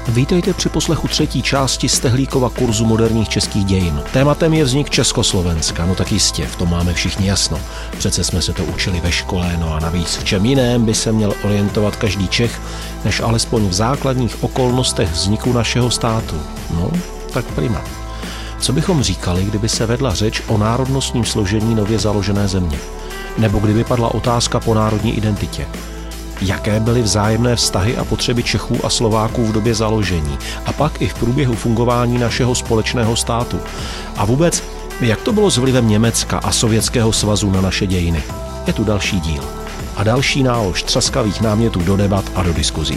Vítejte při poslechu třetí části Stehlíkova kurzu moderních českých dějin. Tématem je vznik Československa, no tak jistě, v tom máme všichni jasno. Přece jsme se to učili ve škole, no a navíc v čem jiném by se měl orientovat každý Čech, než alespoň v základních okolnostech vzniku našeho státu. No, tak prima. Co bychom říkali, kdyby se vedla řeč o národnostním složení nově založené země? Nebo kdyby padla otázka po národní identitě? Jaké byly vzájemné vztahy a potřeby Čechů a Slováků v době založení a pak i v průběhu fungování našeho společného státu? A vůbec, jak to bylo s vlivem Německa a Sovětského svazu na naše dějiny? Je tu další díl a další nálož třaskavých námětů do debat a do diskuzí.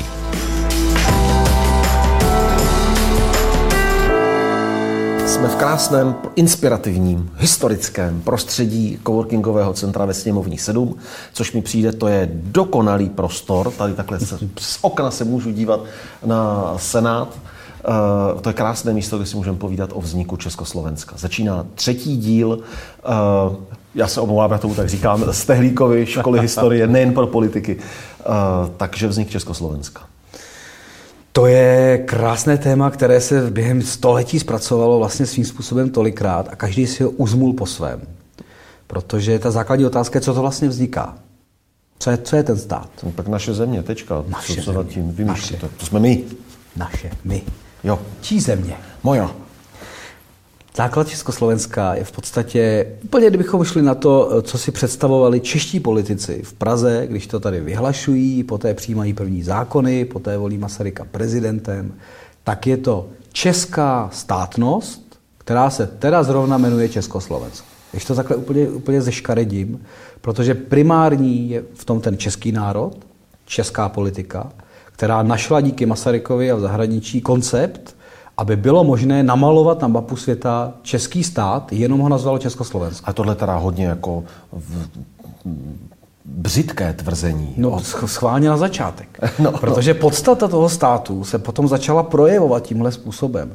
Jsme v krásném, inspirativním, historickém prostředí coworkingového centra ve Sněmovní 7, což mi přijde, to je dokonalý prostor. Tady takhle z okna se můžu dívat na Senát. To je krásné místo, kde si můžeme povídat o vzniku Československa. Začíná třetí díl, já se omlouvám, já tomu tak říkám, Stehlíkovy školy historie, nejen pro politiky, takže vznik Československa. To je krásné téma, které se během století zpracovalo vlastně svým způsobem tolikrát a každý si ho uzmul po svém. Protože ta základní otázka je, co to vlastně vzniká. Co je ten stát? Tak naše země, tečka. Naše co nad tím vymýšlí? Naše. To jsme my. Naše, my. Jo. Čí země? Moja. Základ Československa je v podstatě úplně, kdybychom šli na to, co si představovali čeští politici v Praze, když to tady vyhlašují, poté přijímají první zákony, poté volí Masaryka prezidentem, tak je to česká státnost, která se teda zrovna jmenuje Československo. Když to takhle úplně zeškaredím, protože primární je v tom ten český národ, česká politika, která našla díky Masarykovi a v zahraničí koncept, aby bylo možné namalovat na mapu světa český stát, jenom ho nazvalo Československo. A tohle teda hodně jako břitké tvrzení. No, schválně na začátek. Protože podstata toho státu se potom začala projevovat tímhle způsobem.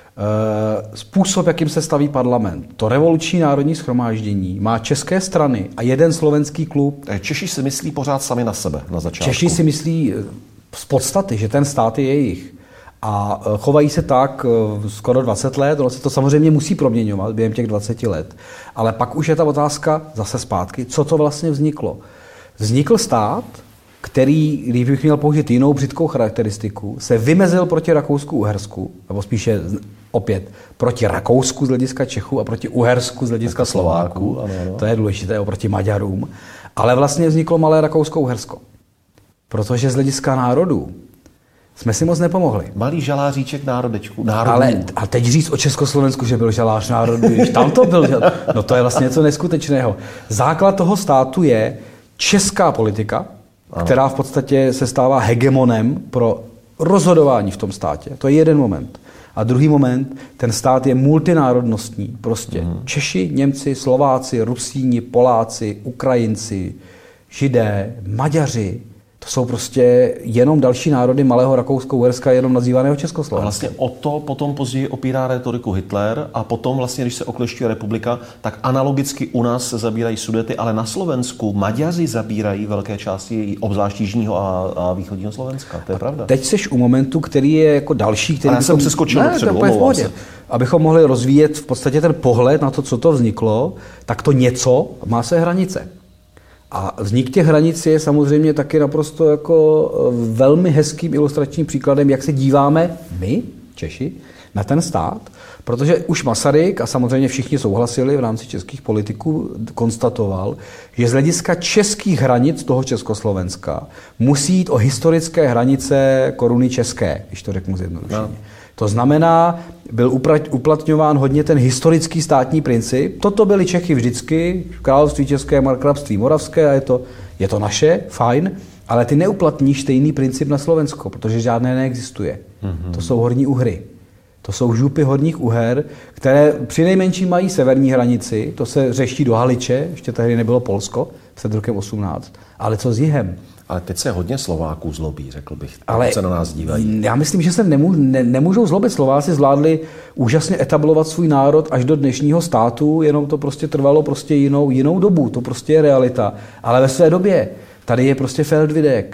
Způsob, jakým se staví parlament. To revoluční národní shromáždění má české strany a jeden slovenský klub. Češi si myslí pořád sami na sebe na začátku. Češi si myslí z podstaty, že ten stát je jejich. A chovají se tak skoro 20 let, ono se to samozřejmě musí proměňovat během těch 20 let. Ale pak už je ta otázka zase zpátky, co to vlastně vzniklo. Vznikl stát, který, když bych měl použít jinou břitkou charakteristiku, se vymezil proti Rakousku-Uhersku, nebo spíše opět proti Rakousku z hlediska Čechů a proti Uhersku z hlediska Slováků. Ano. To je důležité, oproti Maďarům. Ale vlastně vzniklo malé Rakousko-Uhersko. Protože z hlediska národů jsme si moc nepomohli. Malý žaláříček národečku. Ale a teď říct o Československu, že byl žalář národů, když tam to byl, no to je vlastně něco neskutečného. Základ toho státu je česká politika, která v podstatě se stává hegemonem pro rozhodování v tom státě. To je jeden moment. A druhý moment, ten stát je multinárodnostní. Prostě Češi, Němci, Slováci, Rusíni, Poláci, Ukrajinci, Židé, Maďaři. To jsou prostě jenom další národy malého Rakousko-Uherska, jenom nazývaného Československa. A vlastně o to potom později opírá retoriku Hitler a potom vlastně, když se oklešťuje republika, tak analogicky u nás se zabírají Sudety, ale na Slovensku Maďaři zabírají velké části obzvlášť jižního a východního Slovenska. To je pravda. Teď seš u momentu, který je jako další, který... Ale já jsem přeskočil dopředu, omlouvám se. Abychom mohli rozvíjet v podstatě ten pohled na to, co to vzniklo, tak to něco má své hranice. A vznik těch hranic je samozřejmě taky naprosto jako velmi hezkým ilustračním příkladem, jak se díváme my, Češi, na ten stát, protože už Masaryk a samozřejmě všichni souhlasili v rámci českých politiků, konstatoval, že z hlediska českých hranic toho Československa musí jít o historické hranice koruny české, když to řeknu zjednodušeně. No. To znamená, byl uplatňován hodně ten historický státní princip. Toto byly Čechy vždycky, království české, markrabství moravské a je to naše, fajn, ale ty neuplatníš stejný princip na Slovensko, protože žádné neexistuje. To jsou Horní Uhry. To jsou župy Horních Uher, které přinejmenším mají severní hranici, to se řeší do Haliče, ještě tehdy nebylo Polsko, před rokem 18, ale co s jihem? Ale teď se hodně Slováků zlobí, řekl bych, ale se na nás dívají. Já myslím, že se nemůžou zlobit. Slováci zvládli úžasně etablovat svůj národ až do dnešního státu, jenom to prostě trvalo prostě jinou dobu, to prostě je realita. Ale ve své době tady je prostě Feldvidek,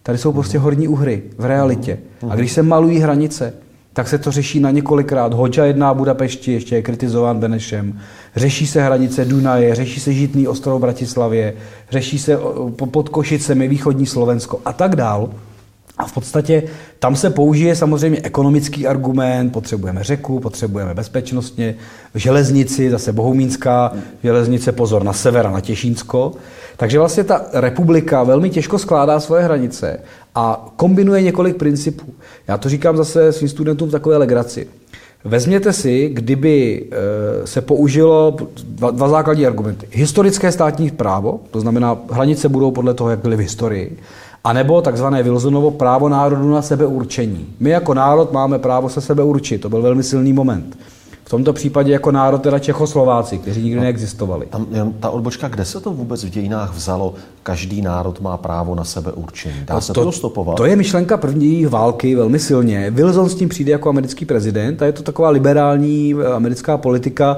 Tady jsou prostě horní Uhry v realitě. A když se malují hranice, tak se to řeší na několikrát. Hodža 1 Budapešti ještě je kritizován Benešem. Řeší se hranice Dunaje, řeší se Žitný ostrov v Bratislavě, řeší se pod Košicemi východní Slovensko a tak dál. A v podstatě tam se použije samozřejmě ekonomický argument, potřebujeme řeku, potřebujeme bezpečnostně, železnici, zase Bohumínská železnice, pozor na sever a na Těšínsko. Takže vlastně ta republika velmi těžko skládá svoje hranice a kombinuje několik principů. Já to říkám zase svým studentům v takové legraci. Vezměte si, kdyby se použilo dva základní argumenty. Historické státní právo, to znamená, hranice budou podle toho, jak byly v historii, anebo takzvané Wilsonovo právo národu na sebeurčení. My jako národ máme právo se sebeurčit, to byl velmi silný moment. V tomto případě jako národ teda Čechoslováci, kteří nikdy neexistovali. Ta odbočka, kde se to vůbec v dějinách vzalo? Každý národ má právo na sebeurčení. Dá se to dostopovat? To je myšlenka první války velmi silně. Wilson s tím přijde jako americký prezident a je to taková liberální americká politika.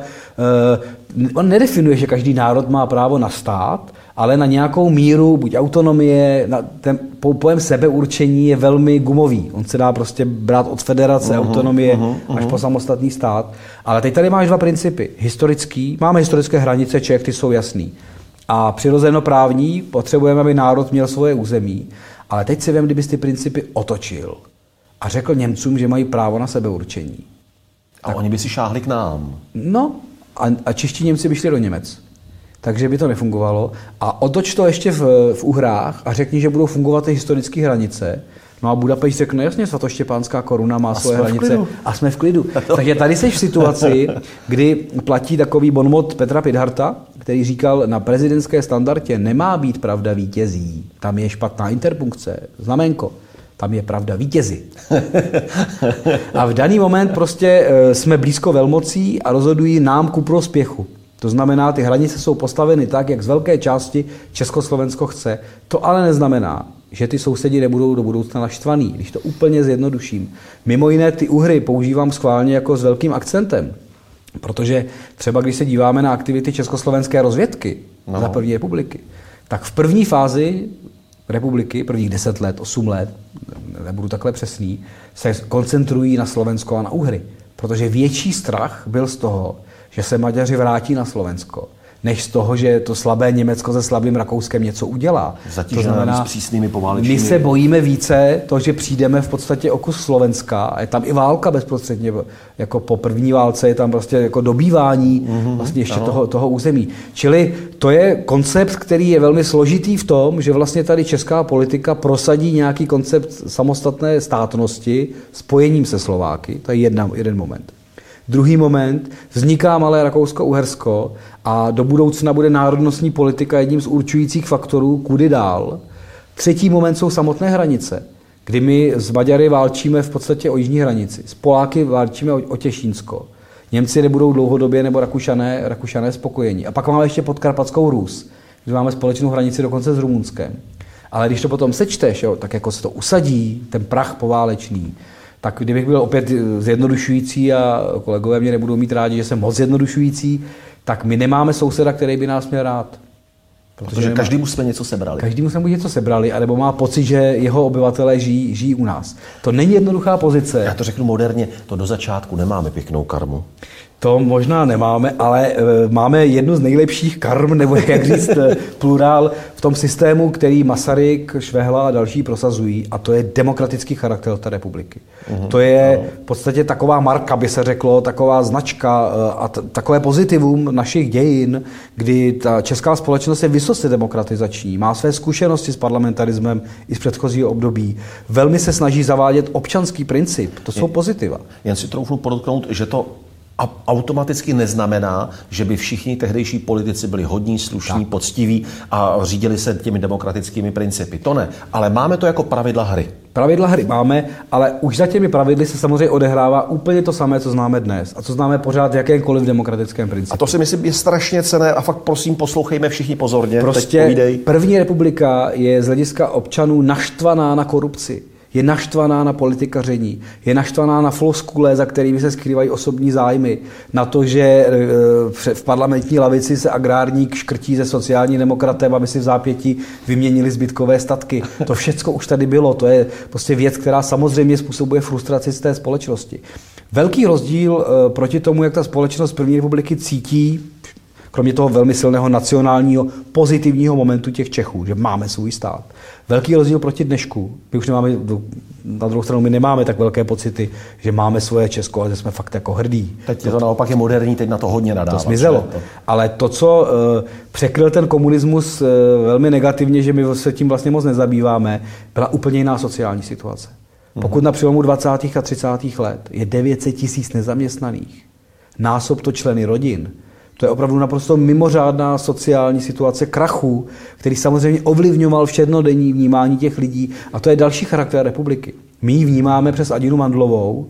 On nedefinuje, že každý národ má právo na stát, ale na nějakou míru, buď autonomie, ten pojem sebeurčení je velmi gumový. On se dá prostě brát od federace, autonomie až po samostatný stát. Ale teď tady máš dva principy. Historický, máme historické hranice Čech, ty jsou jasný. A přirozenoprávní, potřebujeme, aby národ měl svoje území. Ale teď si vem, kdybys ty principy otočil a řekl Němcům, že mají právo na sebeurčení. A oni by si šáhli k nám. No, a čeští Němci by šli do Němec. Takže by to nefungovalo. A otoč to ještě v Uhrách a řekni, že budou fungovat ty historické hranice. No a Budapešť řekne, jasně, svatoštěpánská koruna má svoje hranice a jsme v klidu. Takže tady jsi v situaci, kdy platí takový bonmot Petra Pidharta, který říkal, na prezidentské standardě nemá být pravda vítězí. Tam je špatná interpunkce, znamenko. Tam je pravda vítězi. A v daný moment prostě jsme blízko velmocí a rozhodují nám ku prospěchu. To znamená, ty hranice jsou postaveny tak, jak z velké části Československo chce. To ale neznamená, že ty sousedi nebudou do budoucna naštvaný, když to úplně zjednoduším. Mimo jiné ty Uhry používám schválně jako s velkým akcentem, protože třeba když se díváme na aktivity československé rozvědky za první republiky, tak v první fázi republiky, prvních 10 let, 8 let, nebudu takhle přesný, se koncentrují na Slovensko a na Uhry, protože větší strach byl z toho, že se Maďaři vrátí na Slovensko, než z toho, že to slabé Německo se slabým Rakouskem něco udělá. To znamená, s přísnými poválečnými... My se bojíme více to, že přijdeme v podstatě o kus Slovenska a je tam i válka bezprostředně, jako po první válce je tam prostě jako dobývání vlastně ještě toho území. Čili to je koncept, který je velmi složitý v tom, že vlastně tady česká politika prosadí nějaký koncept samostatné státnosti spojením se Slováky, to je jeden moment. Druhý moment, vzniká malé Rakousko-Uhersko a do budoucna bude národnostní politika jedním z určujících faktorů, kudy dál. Třetí moment jsou samotné hranice, kdy my s Maďary válčíme v podstatě o jižní hranici, s Poláky válčíme o Těšínsko. Němci nebudou dlouhodobě nebo Rakušané spokojení. A pak máme ještě Podkarpatskou Rus, kde máme společnou hranici dokonce s Rumunskem. Ale když to potom sečteš, tak jako se to usadí, ten prach poválečný, tak kdybych byl opět zjednodušující a kolegové mě nebudou mít rádi, že jsem moc zjednodušující, tak my nemáme souseda, který by nás měl rád. Protože každému jsme něco sebrali. Každému jsme něco sebrali, anebo má pocit, že jeho obyvatelé žijí u nás. To není jednoduchá pozice. Já to řeknu moderně, to do začátku nemáme pěknou karmu. To možná nemáme, ale máme jednu z nejlepších karm, nebo jak říct plurál, v tom systému, který Masaryk, Švehla a další prosazují, a to je demokratický charakter té republiky. To je v podstatě taková marka, by se řeklo, taková značka a takové pozitivum našich dějin, kdy ta česká společnost je vysoce demokratizační, má své zkušenosti s parlamentarismem i z předchozího období. Velmi se snaží zavádět občanský princip. To jsou pozitiva. Jen si troufnu podotknout, že to automaticky neznamená, že by všichni tehdejší politici byli hodní, slušní, poctiví a řídili se těmi demokratickými principy. To ne, ale máme to jako pravidla hry. Pravidla hry máme, ale už za těmi pravidly se samozřejmě odehrává úplně to samé, co známe dnes a co známe pořád v jakémkoliv demokratickém principu. A to si myslím je strašně cenné a fakt prosím poslouchejme všichni pozorně. Prostě první republika je z hlediska občanů naštvaná na korupci. Je naštvaná na politikaření, je naštvaná na floskule, za kterými se skrývají osobní zájmy, na to, že v parlamentní lavici se agrárník škrtí se sociální demokratem, aby si v zápětí vyměnili zbytkové statky. To všecko už tady bylo, to je prostě věc, která samozřejmě způsobuje frustraci z té společnosti. Velký rozdíl proti tomu, jak ta společnost první republiky cítí, kromě toho velmi silného nacionálního pozitivního momentu těch Čechů, že máme svůj stát. Velký rozdíl proti dnešku. My už nemáme, na druhou stranu my nemáme tak velké pocity, že máme svoje Česko a že jsme fakt jako hrdí. Teď to naopak je moderní, teď na to hodně nadává. To zmizelo. Ale to, co překryl ten komunismus velmi negativně, že my se tím vlastně moc nezabýváme, byla úplně jiná sociální situace. Pokud na přelomu 20. a 30. let je 900 000 nezaměstnaných, násob to členy rodin, to je opravdu naprosto mimořádná sociální situace krachu, který samozřejmě ovlivňoval všednodenní vnímání těch lidí. A to je další charakter republiky. My ji vnímáme přes Adinu Mandlovou,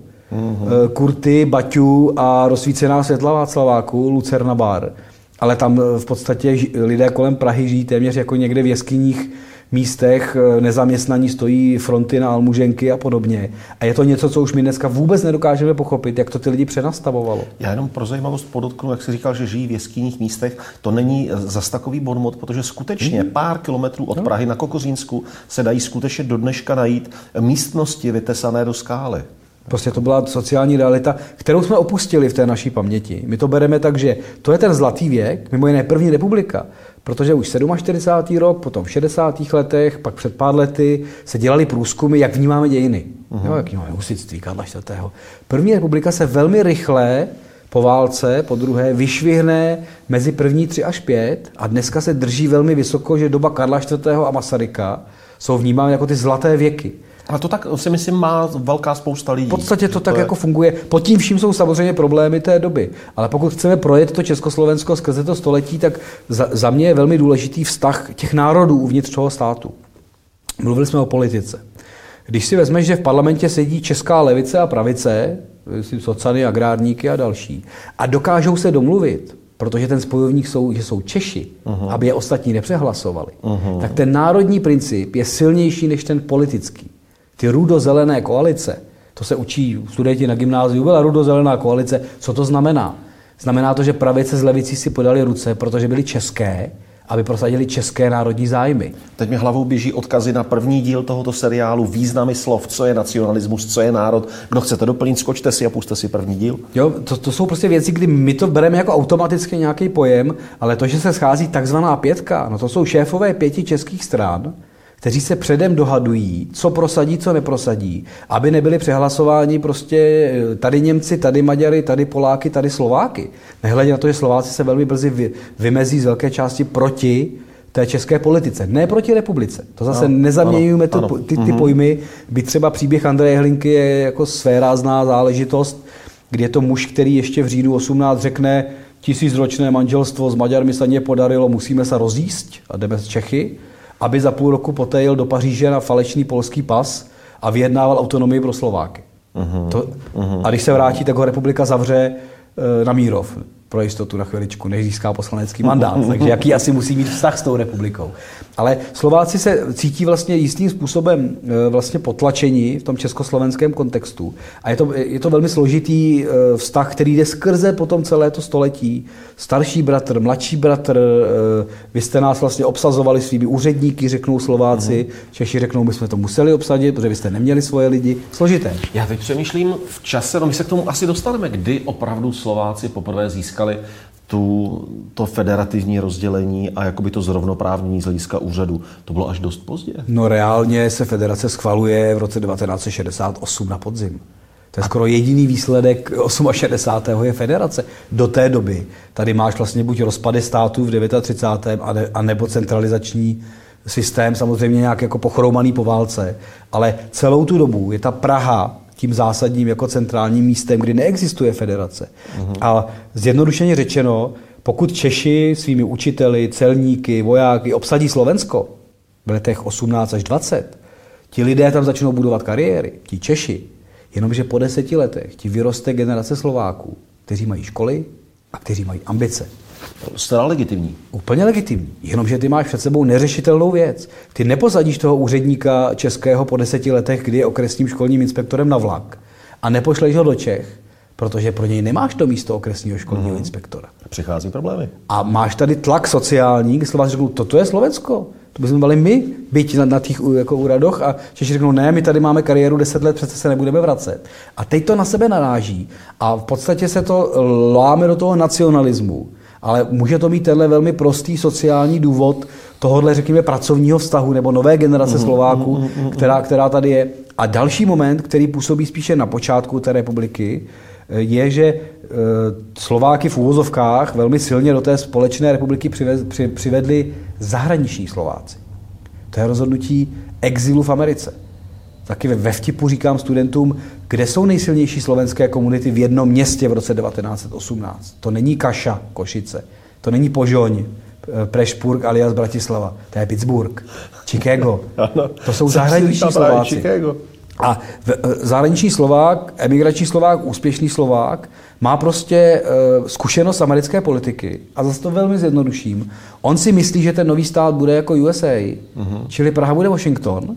Kurty, Baťu a rozsvícená světla Václaváku, Lucerna Bar. Ale tam v podstatě lidé kolem Prahy žijí téměř jako někde v jeskyních místech, nezaměstnaní stojí fronty na almuženky a podobně. A je to něco, co už my dneska vůbec nedokážeme pochopit, jak to ty lidi přenastavovalo. Já jenom pro zajímavost podotknu, jak jsi říkal, že žijí v jeskyních místech, to není zas takový bonmot, protože skutečně pár kilometrů od Prahy na Kokořínsku se dají skutečně do dneška najít místnosti vytesané do skály. Prostě to byla sociální realita, kterou jsme opustili v té naší paměti. My to bereme tak, že to je ten zlatý věk, mimo jiné první republika, protože už 47. rok, potom v 60. letech, pak před pár lety se dělaly průzkumy, jak vnímáme dějiny. Jak vnímáme husitství Karla IV. První republika se velmi rychle po válce, po druhé, vyšvihne mezi první 3 až 5 a dneska se drží velmi vysoko, že doba Karla IV. A Masaryka jsou vnímány jako ty zlaté věky. A to tak si myslím má velká spousta lidí. V podstatě to tak jako funguje. Pod tím vším jsou samozřejmě problémy té doby. Ale pokud chceme projet to Československo skrze to století, tak za mě je velmi důležitý vztah těch národů uvnitř toho státu. Mluvili jsme o politice. Když si vezmeš, že v parlamentě sedí česká levice a pravice, socany, agrárníky a další, a dokážou se domluvit, protože ten spojovník že jsou Češi, aby je ostatní nepřehlasovali, tak ten národní princip je silnější než ten politický. Ty rudozelené koalice, to se učí studenti na gymnáziu, byla rudozelená koalice, co to znamená? Znamená to, že pravice s levicí si podali ruce, protože byly české, aby prosadili české národní zájmy. Teď mi hlavou běží odkazy na první díl tohoto seriálu, významy slov, co je nacionalismus, co je národ. Kdo chcete doplnit, skočte si a pusťte si první díl. Jo, to jsou prostě věci, kdy my to bereme jako automaticky nějaký pojem, ale to, že se schází takzvaná pětka, no to jsou šéfové 5 českých stran, kteří se předem dohadují, co prosadí, co neprosadí, aby nebyli přehlasováni prostě tady Němci, tady Maďary, tady Poláky, tady Slováky. Nehledě na to, že Slováci se velmi brzy vymezí z velké části proti té české politice, ne proti republice. To zase nezaměňujeme ty pojmy, byť třeba příběh Andreje Hlinky je jako svérázná záležitost, kdy je to muž, který ještě v říjnu 18 řekne 1000ročné manželstvo s Maďarmi se nepodarilo, musíme se rozjíst a jdeme z Čechy, aby za půl roku poté jel do Paříže na falešný polský pas a vyjednával autonomii pro Slováky. A když se vrátí, tak ho republika zavře na Mírov. Pro jistotu na chviličku, než získá poslanecký mandát. Takže jaký asi musí mít vztah s tou republikou. Ale Slováci se cítí vlastně jistým způsobem vlastně potlačeni v tom československém kontextu. A je to velmi složitý vztah, který jde skrze potom celé to století. Starší bratr, mladší bratr, vy jste nás vlastně obsazovali svými úředníky, řeknou Slováci. Češi řeknou, my jsme to museli obsadit, protože vy jste neměli svoje lidi. Složité. Já teď přemýšlím v čase, my se k tomu asi dostaneme, kdy opravdu Slováci poprvé získali to federativní rozdělení a jakoby to zrovnoprávnění z hlediska úřadu. To bylo až dost pozdě. No reálně se federace schvaluje v roce 1968 na podzim. To je skoro jediný výsledek 68. je federace. Do té doby tady máš vlastně buď rozpady států v 39. a nebo centralizační systém, samozřejmě nějak jako pochroumaný po válce. Ale celou tu dobu je ta Praha tím zásadním jako centrálním místem, kdy neexistuje federace. A zjednodušeně řečeno, pokud Češi svými učiteli, celníky, vojáky obsadí Slovensko v letech 18 až 20, ti lidé tam začnou budovat kariéry, ti Češi, jenomže po 10 letech ti vyroste generace Slováků, kteří mají školy a kteří mají ambice. Zcela legitimní. Úplně legitimní. Jenomže ty máš před sebou neřešitelnou věc. Ty neposadíš toho úředníka českého po 10 letech, kdy je okresním školním inspektorem na vlak a nepošleš ho do Čech, protože pro něj nemáš to místo okresního školního inspektora. Přichází problémy. A máš tady tlak sociální, kdy Slováci řeknou, toto je Slovensko. To bychom byli my, byť na těch jako úradoch a Češi řeknou, ne, my tady máme kariéru 10 let, přece se nebudeme vracet. A teď to na sebe naráží a v podstatě se to láme do toho nacionalismu. Ale může to mít tenhle velmi prostý sociální důvod tohohle, řekněme, pracovního vztahu nebo nové generace Slováků, která tady je. A další moment, který působí spíše na počátku té republiky, je, že Slováky v úvozovkách velmi silně do té společné republiky přivedli zahraniční Slováci. To je rozhodnutí exilu v Americe. Taky ve vtipu říkám studentům, kde jsou nejsilnější slovenské komunity v jednom městě v roce 1918. To není Kaša, Košice, to není Požoň, Prešpurg alias Bratislava, to je Pittsburgh, Chicago. To jsou zahraniční Slováci. A zahraniční Slovák, emigrační Slovák, úspěšný Slovák má prostě zkušenost americké politiky a zase to velmi zjednoduším. On si myslí, že ten nový stát bude jako USA, čili Praha bude Washington,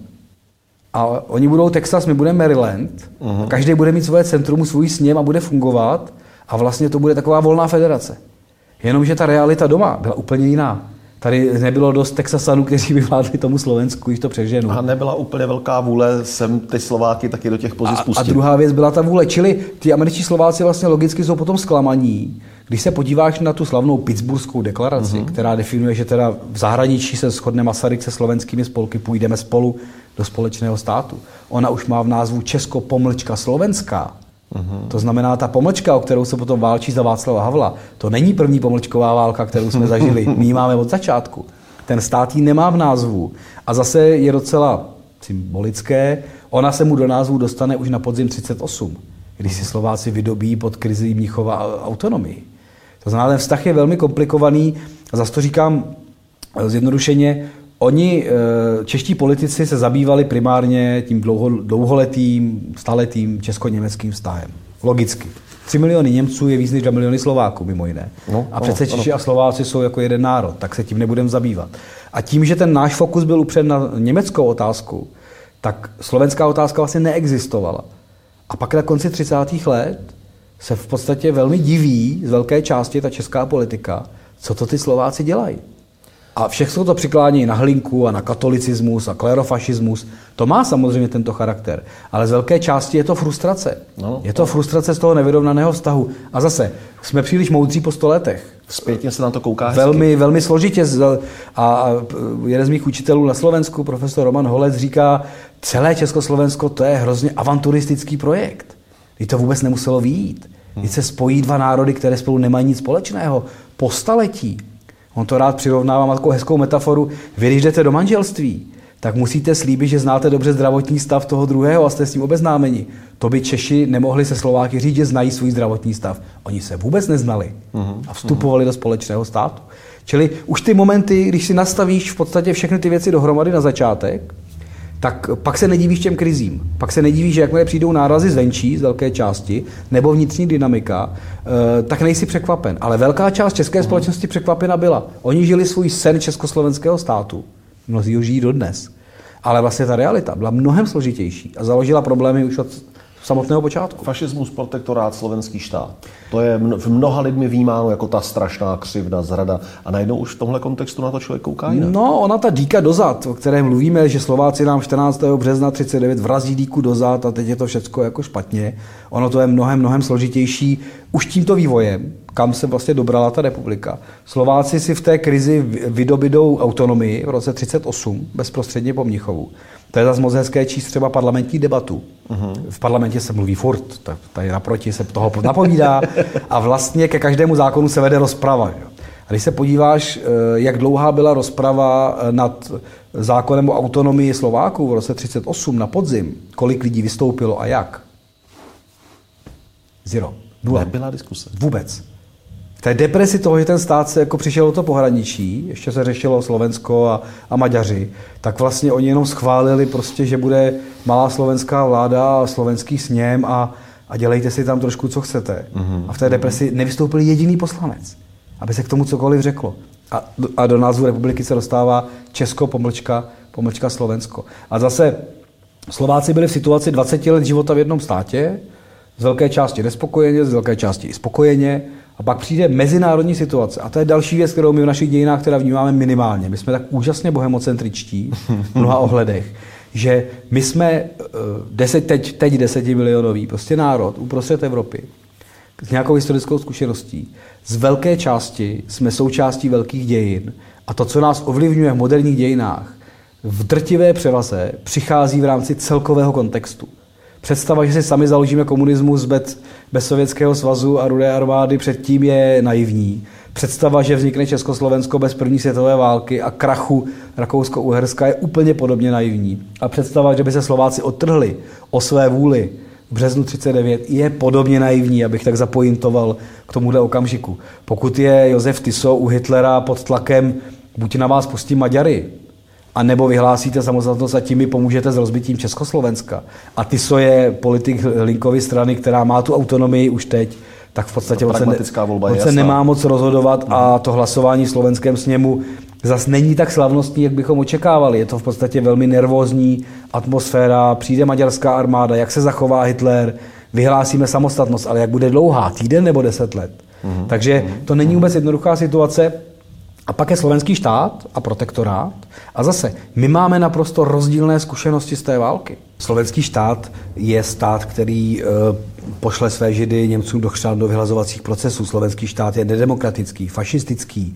a oni budou Texas, my budeme Maryland. Každý bude mít svoje centrum, svůj sněm a bude fungovat. A vlastně to bude taková volná federace. Jenomže ta realita doma byla úplně jiná. Tady nebylo dost Texasanů, kteří by vládli tomu Slovensku, když to přeženu. A nebyla úplně velká vůle sem ty Slováky taky do těch pozic pustit. A druhá věc byla ta vůle. Čili ty američtí Slováci vlastně logicky jsou potom zklamaní. Když se podíváš na tu slavnou Pittsburghskou deklaraci, která definuje, že teda v zahraničí se shodne Masaryk se slovenskými spolky, půjdeme spolu do společného státu. Ona už má v názvu Česko-Slovenská. To znamená, ta pomlčka, o kterou se potom válčí za Václava Havla, to není první pomlčková válka, kterou jsme zažili. My ji máme od začátku. Ten stát ji nemá v názvu. A zase je docela symbolické, ona se mu do názvu dostane už na podzim 38, když si Slováci vydobí pod krizí Mnichova autonomii. To znamená, ten vztah je velmi komplikovaný a zase to říkám zjednodušeně, oni, čeští politici, se zabývali primárně tím dlouholetým, staletým česko-německým vztahem. Logicky. 3 miliony Němců je víc než 2 miliony Slováků, mimo jiné. A přece Češi a Slováci jsou jako jeden národ, tak se tím nebudeme zabývat. A tím, že ten náš fokus byl upřen na německou otázku, tak slovenská otázka vlastně neexistovala. A pak na konci 30. let se v podstatě velmi diví z velké části ta česká politika, co to ty Slováci dělají. A všechno to přiklání na Hlinku a na katolicismus a klerofašismus. To má samozřejmě tento charakter. Ale z velké části je to frustrace. Je to frustrace z toho nevyrovnaného vztahu. A zase, jsme příliš moudří po 100 letech. Zpětně se na to kouká hezky. Velmi, velmi složitě. A jeden z mých učitelů na Slovensku, profesor Roman Holec, říká, celé Československo to je hrozně avanturistický projekt. Kdy to vůbec nemuselo vyjít. Když se spojí dva národy, které spolu nemají nic společného. Po staletí. On to rád přirovnává, má takovou hezkou metaforu. Vy, když jdete do manželství, tak musíte slíbit, že znáte dobře zdravotní stav toho druhého a jste s ním obeznámeni. To by Češi nemohli se Slováky říct, že znají svůj zdravotní stav. Oni se vůbec neznali a vstupovali do společného státu. Čili už ty momenty, když si nastavíš v podstatě všechny ty věci dohromady na začátek, tak pak se nedivíš těm krizím. Pak se nedivíš, že jakmile přijdou nárazy zvenčí, z velké části, nebo vnitřní dynamika, tak nejsi překvapen. Ale velká část české společnosti překvapena byla. Oni žili svůj sen československého státu. Mnozí ho žijí dodnes. Ale vlastně ta realita byla mnohem složitější a založila problémy už od samotného počátku. Fašismus, protektorát, slovenský štát. To je v mnoha lidmi vnímáno jako ta strašná křivda, zrada. A najednou už v tomhle kontextu na to člověk kouká jinak. No, ona ta dýka dozad, o které mluvíme, že Slováci nám 14. března 39 vrazí dýku dozad a teď je to všecko jako špatně. Ono to je mnohem složitější už tímto vývojem, kam se vlastně dobrala ta republika. Slováci si v té krizi vydobydou autonomii v roce 38, bezprostředně po Mnichovu. To je zase moc hezké číst třeba parlamentní debatu. V parlamentě se mluví furt, tady naproti se toho napovídá a vlastně ke každému zákonu se vede rozprava. A když se podíváš, jak dlouhá byla rozprava nad zákonem o autonomii Slováků v roce 38 na podzim, kolik lidí vystoupilo a jak? Zero. Nula. Nebyla diskuse. Vůbec. V té depresi toho, že ten stát se jako přišel do toho pohraničí, ještě se řešilo Slovensko a Maďaři, tak vlastně oni jenom schválili prostě, že bude malá slovenská vláda a slovenský sněm a dělejte si tam trošku, co chcete. A v té depresi nevystoupil jediný poslanec. aby se k tomu cokoliv řeklo. A do názvu republiky se dostává Česko pomlčka Slovensko. A zase Slováci byli v situaci 20 let života v jednom státě, z velké části nespokojeně, z velké části i spokojeně, a pak přijde mezinárodní situace. A to je další věc, kterou my v našich dějinách teda vnímáme minimálně. My jsme tak úžasně bohemocentričtí v mnoha ohledech, že my jsme teď 10 milionový prostě národ uprostřed Evropy s nějakou historickou zkušeností. Z velké části jsme součástí velkých dějin a to, co nás ovlivňuje v moderních dějinách, v drtivé převaze přichází v rámci celkového kontextu. Představa, že si sami založíme komunismus bez Sovětského svazu a Rudé armády předtím je naivní. Představa, že vznikne Československo bez první světové války a krachu Rakousko-Uherska je úplně podobně naivní. A představa, že by se Slováci odtrhli o své vůli v březnu 1939 je podobně naivní, abych tak zapointoval k tomuhle okamžiku. Pokud je Josef Tiso u Hitlera pod tlakem buď na vás pustí Maďary, a nebo vyhlásíte samostatnost a tím mi pomůžete s rozbitím Československa. A Tiso je politik Linkovy strany, která má tu autonomii už teď, tak v podstatě on se nemá moc rozhodovat a to hlasování v slovenském sněmu zase není tak slavnostní, jak bychom očekávali. Je to v podstatě velmi nervózní atmosféra, přijde maďarská armáda, jak se zachová Hitler, vyhlásíme samostatnost, ale jak bude dlouhá, týden nebo 10 let. Takže to není vůbec jednoduchá situace. A pak je slovenský štát a protektorát. A zase, my máme naprosto rozdílné zkušenosti z té války. Slovenský štát je stát, který pošle své Židy Němcům do vyhlazovacích procesů. Slovenský štát je nedemokratický, fašistický.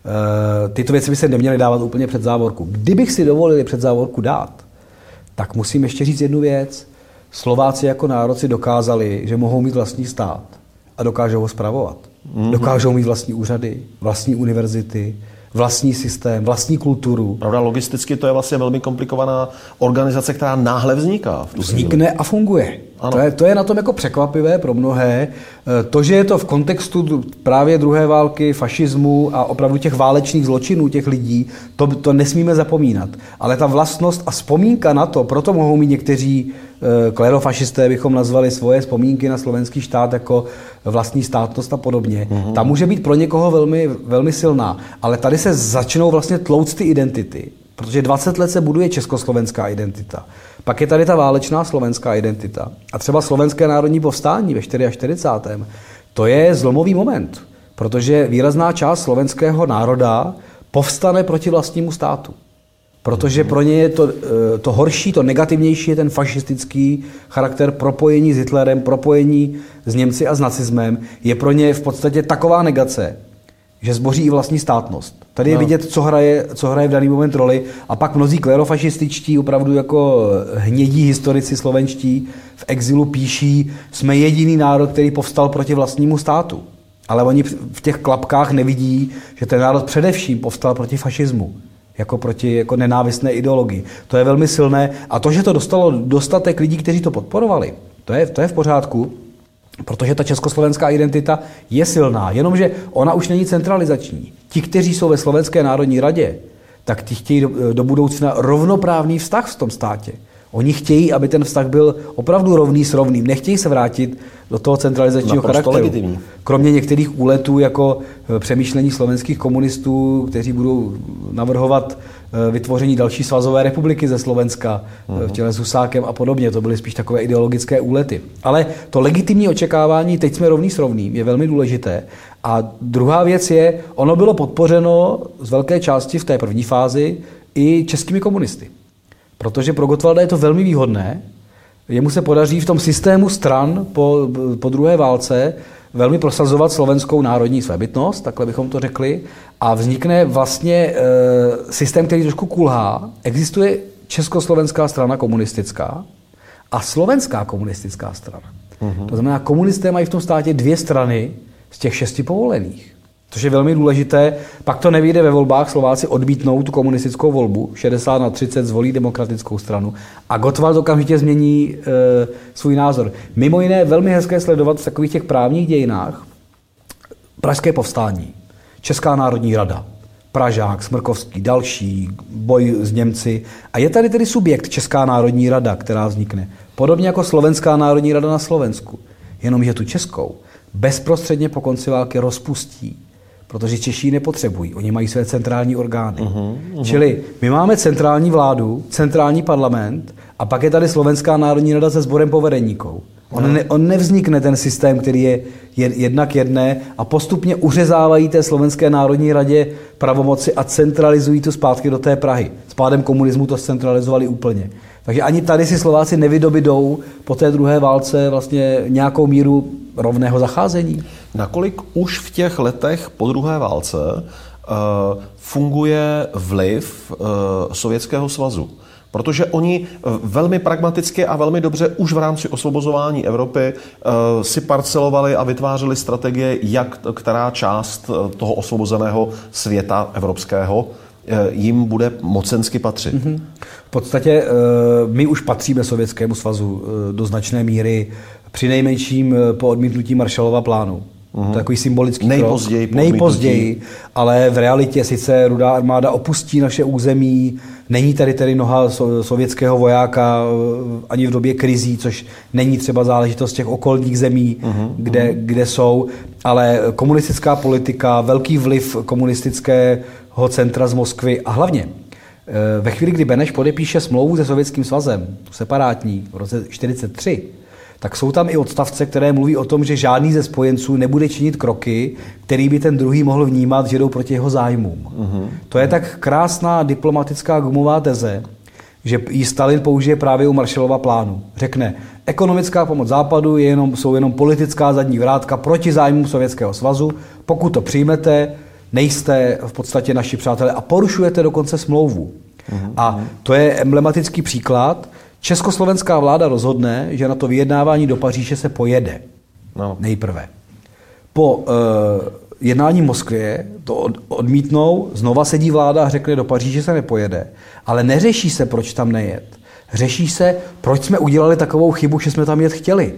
Tyto věci by se neměly dávat úplně před závorku. Kdybych si dovolili před závorku dát, tak musím ještě říct jednu věc. Slováci jako národ si dokázali, že mohou mít vlastní stát a dokážou ho spravovat. Dokážou mít vlastní úřady, vlastní univerzity, vlastní systém, vlastní kulturu. Pravda, logisticky to je vlastně velmi komplikovaná organizace, která náhle vzniká. Vznikne a funguje. To je na tom jako překvapivé pro mnohé. To, že je to v kontextu právě druhé války, fašismu a opravdu těch válečných zločinů těch lidí, to nesmíme zapomínat. Ale ta vlastnost a vzpomínka na to, proto mohou mít někteří klerofašisté, bychom nazvali svoje vzpomínky na slovenský štát jako vlastní státnost a podobně. Ta může být pro někoho velmi, velmi silná. Ale tady se začnou vlastně tlouct ty identity. Protože 20 let se buduje československá identita. Pak je tady ta válečná slovenská identita. A třeba slovenské národní povstání ve 44. To je zlomový moment. Protože výrazná část slovenského národa povstane proti vlastnímu státu. Protože pro ně je to horší, to negativnější je ten fašistický charakter propojení s Hitlerem, propojení s Němci a s nacismem. Je pro ně v podstatě taková negace, že zboří i vlastní státnost. Tady je vidět, co hraje v daný moment roli. A pak mnozí klerofašističtí, opravdu jako hnědí historici slovenští v exilu píší, jsme jediný národ, který povstal proti vlastnímu státu. Ale oni v těch klapkách nevidí, že ten národ především povstal proti fašismu. Proti nenávistné ideologii. To je velmi silné. A to, že to dostalo dostatek lidí, kteří to podporovali, to je v pořádku, protože ta československá identita je silná, jenomže ona už není centralizační. Ti, kteří jsou ve Slovenské národní radě, tak ti chtějí do budoucna rovnoprávný vztah v tom státě. Oni chtějí, aby ten vztah byl opravdu rovný s rovným. Nechtějí se vrátit do toho centralizačního charakteru. Legitimní. Kromě některých úletů jako přemýšlení slovenských komunistů, kteří budou navrhovat vytvoření další svazové republiky ze Slovenska v těle s Husákem a podobně. To byly spíš takové ideologické úlety. Ale to legitimní očekávání, teď jsme rovný s rovným, je velmi důležité. A druhá věc je, ono bylo podpořeno z velké části v té první fázi i českými komunisty. Protože pro Gottwalda je to velmi výhodné. Jemu se podaří v tom systému stran po druhé válce velmi prosazovat slovenskou národní svébytnost, takhle bychom to řekli, a vznikne vlastně systém, který trošku kulhá. Existuje Československá strana komunistická a Slovenská komunistická strana. To znamená, komunisté mají v tom státě 2 strany z těch 6 povolených. Což je velmi důležité. Pak to nevyjde ve volbách, Slováci odmítnou tu komunistickou volbu, 60-30 zvolí demokratickou stranu a Gottwald okamžitě změní svůj názor. Mimo jiné velmi hezké sledovat v takových těch právních dějinách Pražské povstání, Česká národní rada, Pražák, Smrkovský, další, boj s Němci. A je tady tedy subjekt Česká národní rada, která vznikne. Podobně jako Slovenská národní rada na Slovensku. Jenomže tu českou bezprostředně po konci války rozpustí protože Češi ji nepotřebují. Oni mají své centrální orgány. Čili my máme centrální vládu, centrální parlament a pak je tady Slovenská národní rada se sborem povedeníků. On nevznikne ten systém, který je jednak jedné a postupně uřezávají té Slovenské národní radě pravomoci a centralizují to zpátky do té Prahy. S pádem komunismu to centralizovali úplně. Takže ani tady si Slováci nevydobydou po té druhé válce vlastně nějakou míru rovného zacházení. Nakolik už v těch letech po druhé válce funguje vliv Sovětského svazu? Protože oni velmi pragmaticky a velmi dobře už v rámci osvobozování Evropy si parcelovali a vytvářeli strategie, jak která část toho osvobozeného světa evropského jim bude mocensky patřit. V podstatě my už patříme Sovětskému svazu do značné míry, přinejmenším po odmítnutí Marshallova plánu. To je takový symbolický Nejpozději, ale v realitě sice Rudá armáda opustí naše území, není tady tedy noha sovětského vojáka ani v době krizí, což není třeba záležitost těch okolních zemí, kde jsou, ale komunistická politika, velký vliv komunistického centra z Moskvy a hlavně ve chvíli, kdy Beneš podepíše smlouvu se Sovětským svazem, tu separátní, v roce 1943, tak jsou tam i odstavce, které mluví o tom, že žádný ze spojenců nebude činit kroky, který by ten druhý mohl vnímat, že jdou proti jeho zájmům. To je tak krásná diplomatická gumová teze, že ji Stalin použije právě u Marshallova plánu. Řekne, ekonomická pomoc Západu jsou jenom politická zadní vrátka proti zájmům Sovětského svazu. Pokud to přijmete, nejste v podstatě naši přátelé a porušujete dokonce smlouvu. A to je emblematický příklad. Československá vláda rozhodne, že na to vyjednávání do Paříže se pojede. Nejprve. Po jednání v Moskvě to odmítnou, znova sedí vláda a řekne, do Paříže se nepojede. Ale neřeší se, proč tam nejet. Řeší se, proč jsme udělali takovou chybu, že jsme tam jet chtěli.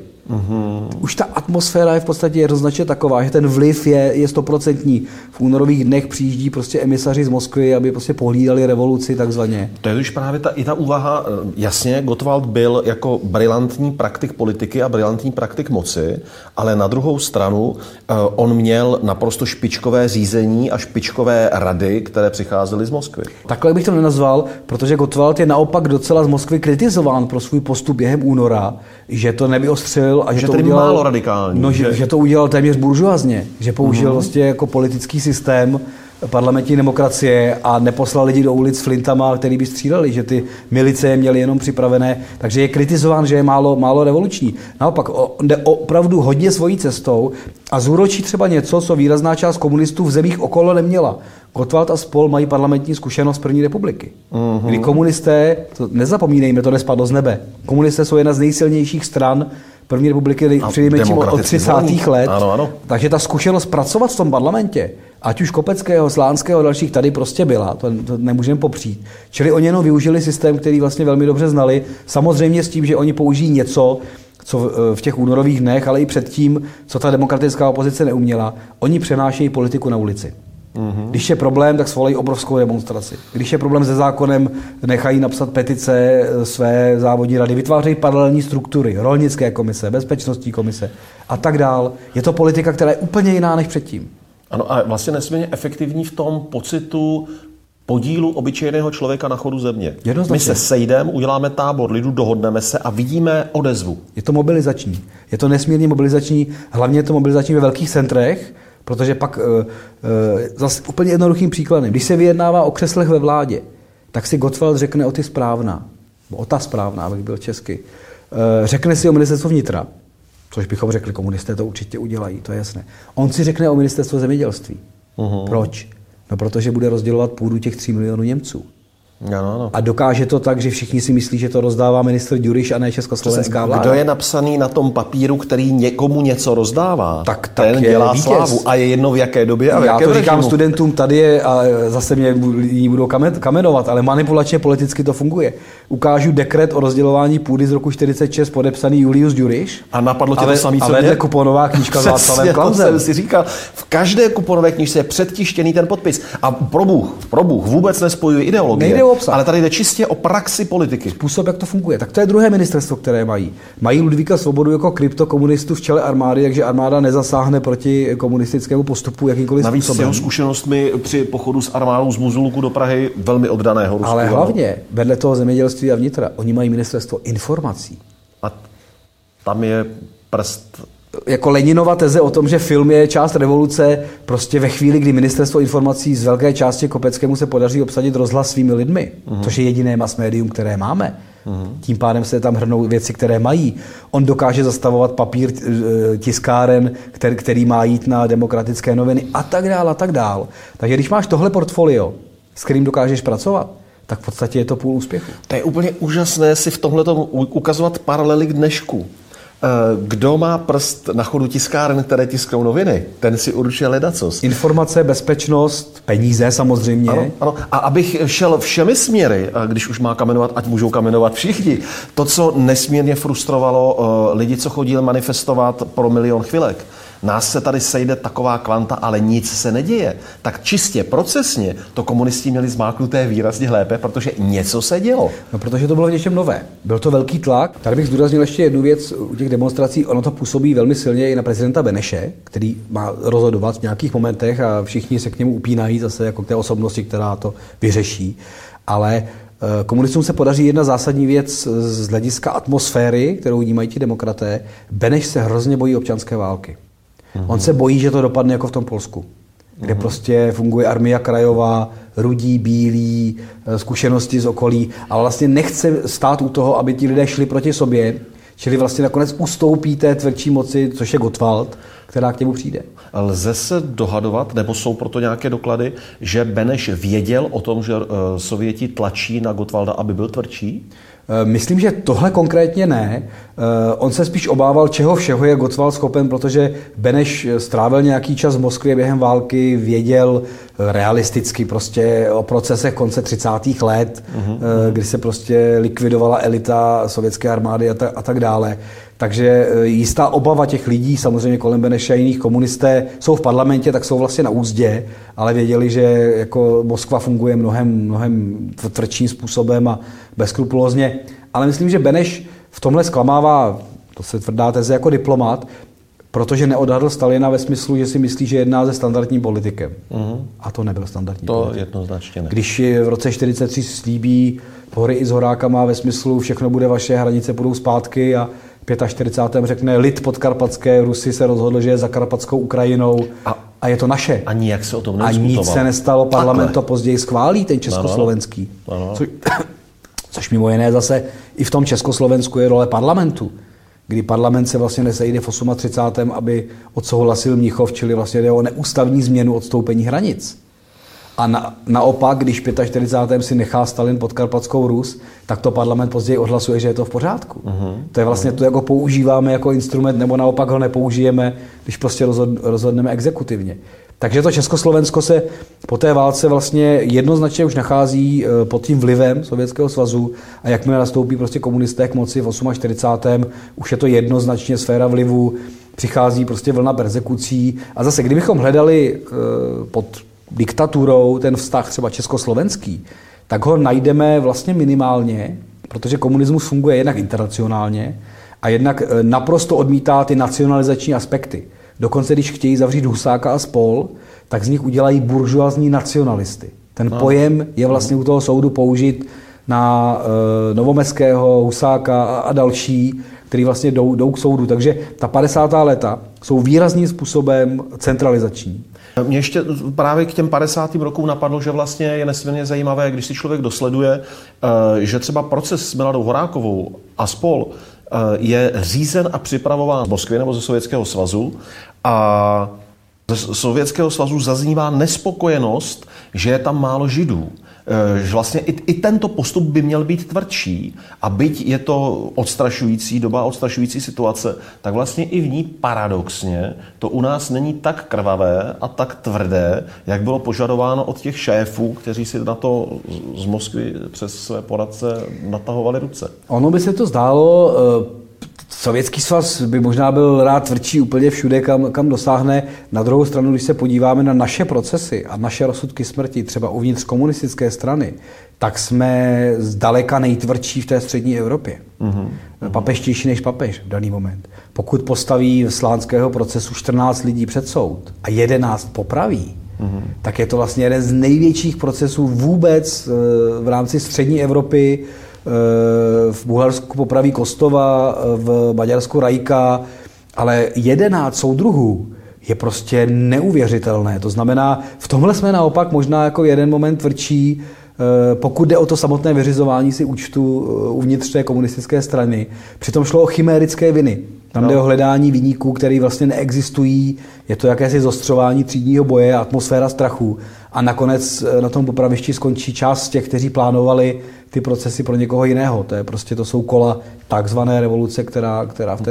Už ta atmosféra je v podstatě jednoznačně taková, že ten vliv je 100%. V únorových dnech přijíždí prostě emisaři z Moskvy, aby prostě pohlídali revoluci takzvaně. To je už právě ta úvaha, jasně, Gottwald byl jako brilantní praktik politiky a brilantní praktik moci, ale na druhou stranu on měl naprosto špičkové řízení a špičkové rady, které přicházely z Moskvy. Takhle bych to nenazval, protože Gottwald je naopak docela z Moskvy kritizován pro svůj postup během února, že to nevyostřil a že to udělal málo radikální. No, že to udělal téměř buržoazně, že použil vlastně jako politický systém parlamentní demokracie a neposlal lidi do ulic flintama, který by stříleli, že ty milice je měly jenom připravené, takže je kritizován, že je málo revoluční. Naopak jde opravdu hodně svojí cestou a zúročí třeba něco, co výrazná část komunistů v zemích okolo neměla. Gottwald a spol mají parlamentní zkušenost první republiky. Kdy komunisté, to nezapomínejme, to nespadlo z nebe, komunisté jsou jedna z nejsilnějších stran první republiky přinejmenším od 30. let. Ano. Takže ta zkušenost pracovat v tom parlamentě, ať už Kopeckého, Slánského a dalších, tady prostě byla, to nemůžeme popřít. Čili oni jenom využili systém, který vlastně velmi dobře znali, samozřejmě s tím, že oni použijí něco, co v těch únorových dnech, ale i předtím, co ta demokratická opozice neuměla, oni přenášejí politiku na ulici. Když je problém, tak svolají obrovskou demonstraci. Když je problém se zákonem, nechají napsat petice své závodní rady, vytvářejí paralelní struktury, rolnické komise, bezpečnostní komise a tak dál. Je to politika, která je úplně jiná než předtím. Ano, a vlastně nesmírně efektivní v tom pocitu podílu obyčejného člověka na chodu země. My se sejdeme, uděláme tábor lidu, dohodneme se a vidíme odezvu. Je to mobilizační. Je to nesmírně mobilizační, hlavně je to mobilizační ve velkých centrech, protože pak zase úplně jednoduchým příkladem, když se vyjednává o křeslech ve vládě, tak si Gottwald řekne o ta správná, abych byl česky, řekne si o ministerstvu vnitra, což bychom řekli, komunisté to určitě udělají, to je jasné. On si řekne o ministerstvu zemědělství. Proč? No, protože bude rozdělovat půdu těch 3 milionů Němců. Ano. A dokáže to tak, že všichni si myslí, že to rozdává ministr Ďuriš a ne československá vláda. Kdo je napsaný na tom papíru, který někomu něco rozdává, tak ten dělá slávu. A je jedno v jaké době a v jakém Já to říkám režimu. studentům tady je, a zase mě budou kamenovat, ale manipulačně politicky to funguje. Ukážu dekret o rozdělování půdy z roku 1946 podepsaný Julius Ďuriš. A napadlo tě to samý, co mě? A vedle kuponová knížka s Václavem Klausem. Jsem si říkal, v každé kuponové knížce je předtištěný ten podpis. A pro Bůh vůbec nespojuji ideologie. o obsah. Ale tady jde čistě o praxi politiky. Způsob, jak to funguje. Tak to je druhé ministerstvo, které mají. Mají Ludvíka Svobodu jako kryptokomunistu v čele armády, takže armáda nezasáhne proti komunistickému postupu jakýmkoliv navíc způsobem. Navíc s jeho zkušenostmi při pochodu s armádou z Muzuluku do Prahy velmi oddaného Rusku. Ale hlavně vedle toho zemědělství a vnitra, oni mají ministerstvo informací. A tam je prst. Jako Leninova teze o tom, že film je část revoluce, prostě ve chvíli, kdy ministerstvo informací z velké části Kopeckému se podaří obsadit rozhlas svými lidmi, což je jediné mass médium, které máme. Tím pádem se tam hrnou věci, které mají. On dokáže zastavovat papír tiskáren, který má jít na Demokratické noviny a tak dál a tak dál. Takže když máš tohle portfolio, s kterým dokážeš pracovat, tak v podstatě je to půl úspěchu. To je úplně úžasné si v tomhletom ukazovat paralely k dnešku. Kdo má prst na chodu tiskáren, které tisknou noviny, ten si určuje ledacos. Informace, bezpečnost, peníze samozřejmě. Ano. A abych šel všemi směry, když už má kamenovat, ať můžou kamenovat všichni. To, co nesmírně frustrovalo lidi, co chodili manifestovat pro 1 000 000 chvilek. Nás se tady sejde taková kvanta, ale nic se neděje. Tak čistě procesně to komunisti měli zmáknuté výrazně lépe, protože něco se dělo. No, protože to bylo v něčem nové. Byl to velký tlak. Tady bych zdůraznil ještě jednu věc u těch demonstrací. Ono to působí velmi silně i na prezidenta Beneše, který má rozhodovat v nějakých momentech a všichni se k němu upínají zase jako k té osobnosti, která to vyřeší. Ale komunistům se podaří jedna zásadní věc z hlediska atmosféry, kterou vnímají ti demokraté. Beneš se hrozně bojí občanské války. On se bojí, že to dopadne jako v tom Polsku, kde prostě funguje armia krajová, rudí, bílí, zkušenosti z okolí, ale vlastně nechce stát u toho, aby ti lidé šli proti sobě, čili vlastně nakonec ustoupí té tvrdší moci, což je Gottwald, která k němu přijde. Lze se dohadovat, nebo jsou proto nějaké doklady, že Beneš věděl o tom, že Sověti tlačí na Gottwalda, aby byl tvrdší? Myslím, že tohle konkrétně ne. On se spíš obával, čeho všeho je Gottwald schopen, protože Beneš strávil nějaký čas v Moskvě během války, věděl realisticky prostě o procesech konce 30. let, kdy se prostě likvidovala elita sovětské armády a tak dále. Takže jistá obava těch lidí, samozřejmě kolem Beneše a jiných komunisté, jsou v parlamentě, tak jsou vlastně na úzdě, ale věděli, že jako Moskva funguje mnohem tvrdším způsobem a bezskrupulózně. Ale myslím, že Beneš v tomhle zklamává, to se tvrdá teze, jako diplomat, protože neodhadl Stalina ve smyslu, že si myslí, že jedná se standardním politikem. A to nebyl standardní politik. To jednoznačně ne. Když v roce 1943 slíbí hory i s horákama ve smyslu všechno bude vaše, hranice půjdou zpátky a 45. řekne lid podkarpatské, Rusy se rozhodl, že je za Karpatskou Ukrajinou a je to naše. A nijak se o tom nediskutovalo. A nic se nestalo, parlament to později schválí, ten československý. Ano. Což mimo jiné zase i v tom Československu je role parlamentu, kdy parlament se vlastně nesejde v 38. aby odsouhlasil Mnichov, čili vlastně jde o neústavní změnu odstoupení hranic. A naopak, když v 45. si nechá Stalin Podkarpatskou Rus, tak to parlament později odhlasuje, že je to v pořádku. To je vlastně to, jako používáme jako instrument, nebo naopak ho nepoužijeme, když prostě rozhodneme exekutivně. Takže to Československo se po té válce vlastně jednoznačně už nachází pod tím vlivem Sovětského svazu a jakmile nastoupí prostě komunisté k moci v 48. už je to jednoznačně sféra vlivu, přichází prostě vlna perzekucí. A zase, kdybychom hledali pod diktaturou ten vztah třeba československý, tak ho najdeme vlastně minimálně, protože komunismus funguje jednak internacionálně a jednak naprosto odmítá ty nacionalizační aspekty. Dokonce, když chtějí zavřít Husáka a spol, tak z nich udělají buržoazní nacionalisty. Ten pojem je vlastně u toho soudu použit na Novomeského, Husáka a další, který vlastně jdou k soudu. Takže ta 50. léta jsou výrazným způsobem centralizační. Mě ještě právě k těm 50. rokům napadlo, že vlastně je nesmírně zajímavé, když si člověk dosleduje, že třeba proces s Miladou Horákovou a spol je řízen a připravován z Moskvy nebo ze Sovětského svazu a ze Sovětského svazu zaznívá nespokojenost, že je tam málo Židů. Že vlastně i tento postup by měl být tvrdší a byť je to odstrašující doba, odstrašující situace, tak vlastně i v ní paradoxně to u nás není tak krvavé a tak tvrdé, jak bylo požadováno od těch šéfů, kteří si na to z Moskvy přes své poradce natahovali ruce. Ono by se to zdálo, Sovětský svaz by možná byl rád tvrdší úplně všude, kam dosáhne. Na druhou stranu, když se podíváme na naše procesy a naše rozsudky smrti, třeba uvnitř komunistické strany, tak jsme zdaleka nejtvrdší v té střední Evropě. Papeštější než papež v daný moment. Pokud postaví slánského procesu 14 lidí před soud a 11 popraví, tak je to vlastně jeden z největších procesů vůbec v rámci střední Evropy. V Bulharsku popraví Kostova, v Maďarsku Rajka, ale 11 soudruhů je prostě neuvěřitelné. To znamená, v tomhle jsme naopak možná jako jeden moment tvrdší, pokud jde o to samotné vyřizování si účtu uvnitř té komunistické strany. Přitom šlo o chimérické viny. Tam jde o hledání viníků, které vlastně neexistují. Je to jakési zostřování třídního boje, atmosféra strachu. A nakonec na tom popravišti skončí část z těch, kteří plánovali ty procesy pro někoho jiného. To jsou kola takzvané revoluce, která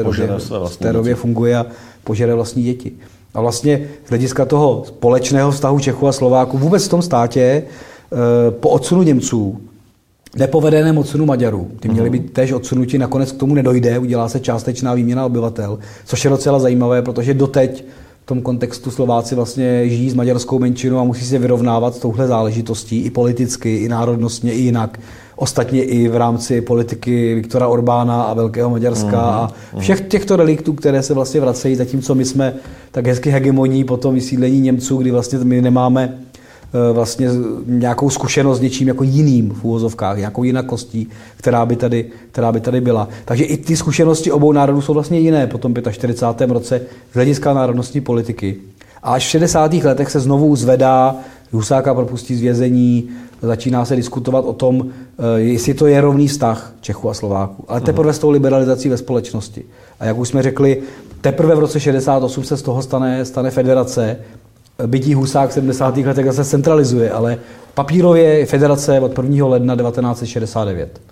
v té době funguje a požere vlastní děti. A vlastně z hlediska toho společného vztahu Čechů a Slováků vůbec v tom státě po odsunu Němců, nepovedeném odsunu Maďarů, ty měli být též odsunuti, nakonec k tomu nedojde, udělá se částečná výměna obyvatel, což je docela zajímavé, protože doteď v tom kontextu Slováci vlastně žijí s maďarskou menšinou a musí se vyrovnávat s touhle záležitostí i politicky, i národnostně, i jinak. Ostatně i v rámci politiky Viktora Orbána a Velkého Maďarska a všech těchto reliktů, které se vlastně vracejí, zatímco my jsme tak hezky hegemonní po tom vysídlení Němců, kdy vlastně my nemáme vlastně nějakou zkušenost s něčím jako jiným v úvozovkách, nějakou jinakostí, která by tady byla. Takže i ty zkušenosti obou národů jsou vlastně jiné po tom 45. roce z hlediska národnostní politiky. A až v 60. letech se znovu zvedá, Husáka propustí z vězení, začíná se diskutovat o tom, jestli to je rovný vztah Čechů a Slováků. Ale teprve s tou liberalizací ve společnosti. A jak už jsme řekli, teprve v roce 68 se z toho stane federace. Bytí Husák v 70. letech zase centralizuje, ale papírově je federace od 1. ledna 1969.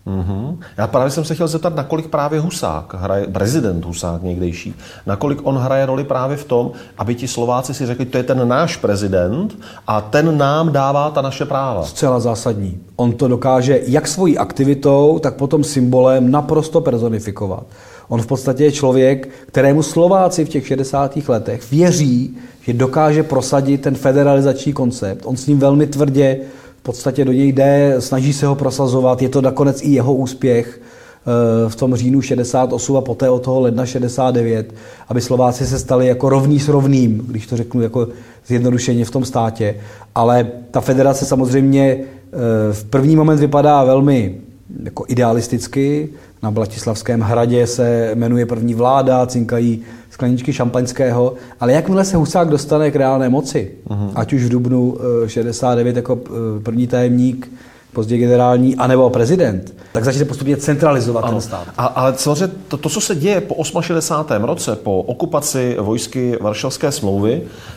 Já právě jsem se chtěl zeptat, nakolik právě Husák, prezident Husák někdejší, nakolik on hraje roli právě v tom, aby ti Slováci si řekli, to je ten náš prezident a ten nám dává ta naše práva. Zcela zásadní. On to dokáže jak svojí aktivitou, tak potom symbolem naprosto personifikovat. On v podstatě je člověk, kterému Slováci v těch 60. letech věří, že dokáže prosadit ten federalizační koncept. On s ním velmi tvrdě v podstatě do něj jde, snaží se ho prosazovat, je to nakonec i jeho úspěch v tom říjnu 68 a poté od toho ledna 69, aby Slováci se stali jako rovní s rovným, když to řeknu jako zjednodušeně v tom státě. Ale ta federace samozřejmě v první moment vypadá velmi jako idealisticky. Na Bratislavském hradě se jmenuje první vláda, cinkají skleničky šampaňského, ale jakmile se Husák dostane k reálné moci, ať už v dubnu 69 jako první tajemník, později generální, anebo prezident, tak začne postupně centralizovat ten stát. Ale samozřejmě to, co se děje po 68. roce, po okupaci vojsky Varšavské smlouvy,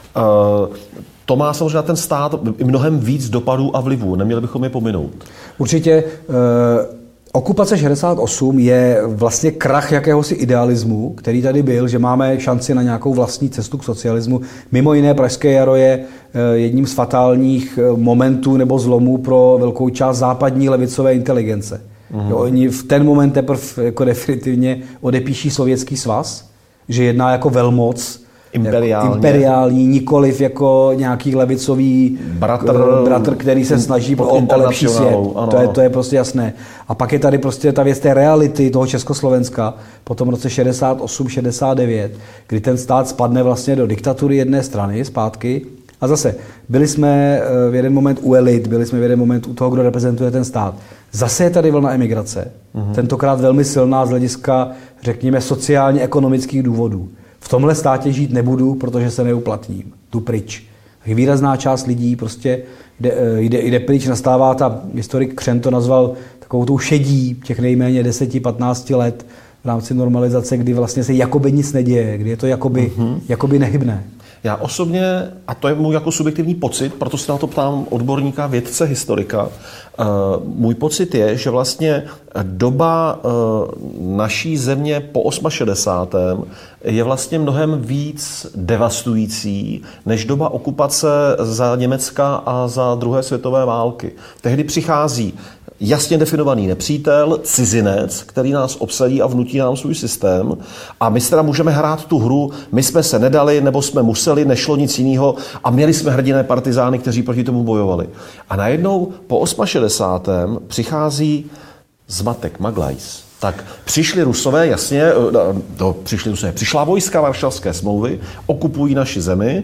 to má samozřejmě na ten stát mnohem víc dopadů a vlivů. Neměli bychom je pominout. Určitě. Okupace 68 je vlastně krach jakéhosi idealismu, který tady byl, že máme šanci na nějakou vlastní cestu k socialismu. Mimo jiné Pražské jaro je jedním z fatálních momentů nebo zlomů pro velkou část západní levicové inteligence. Jo, oni v ten moment teprve jako definitivně odepíší Sovětský svaz, že jedná jako velmoc, imperiální, nikoliv jako nějaký levicový bratr, který se snaží o lepší svět. To je prostě jasné. A pak je tady prostě ta věc té reality toho Československa po tom roce 68-69, kdy ten stát spadne vlastně do diktatury jedné strany zpátky. A zase, byli jsme v jeden moment u elit, byli jsme v jeden moment u toho, kdo reprezentuje ten stát. Zase je tady vlna emigrace. Tentokrát velmi silná z hlediska, řekněme, sociálně-ekonomických důvodů. V tomhle státě žít nebudu, protože se neuplatním. Jdu pryč. Výrazná část lidí prostě jde pryč. Nastává historik Křen to nazval takovou tou šedí těch nejméně 10-15 let v rámci normalizace, kdy vlastně se jakoby nic neděje, kdy je to jakoby nehybné. Já osobně, a to je můj jako subjektivní pocit, proto se na to ptám odborníka, vědce, historika, můj pocit je, že vlastně doba naší země po 68. je vlastně mnohem víc devastující než doba okupace za Německa a za druhé světové války. Tehdy přichází jasně definovaný nepřítel, cizinec, který nás obsadí a vnutí nám svůj systém. A my teda můžeme hrát tu hru, my jsme se nedali, nebo jsme museli, nešlo nic jiného a měli jsme hrdinné partizány, kteří proti tomu bojovali. A najednou po 68. přichází zmatek, Maglajs. Tak přišli Rusové, jasně, přišla vojska Varšavské smlouvy, okupují naši zemi,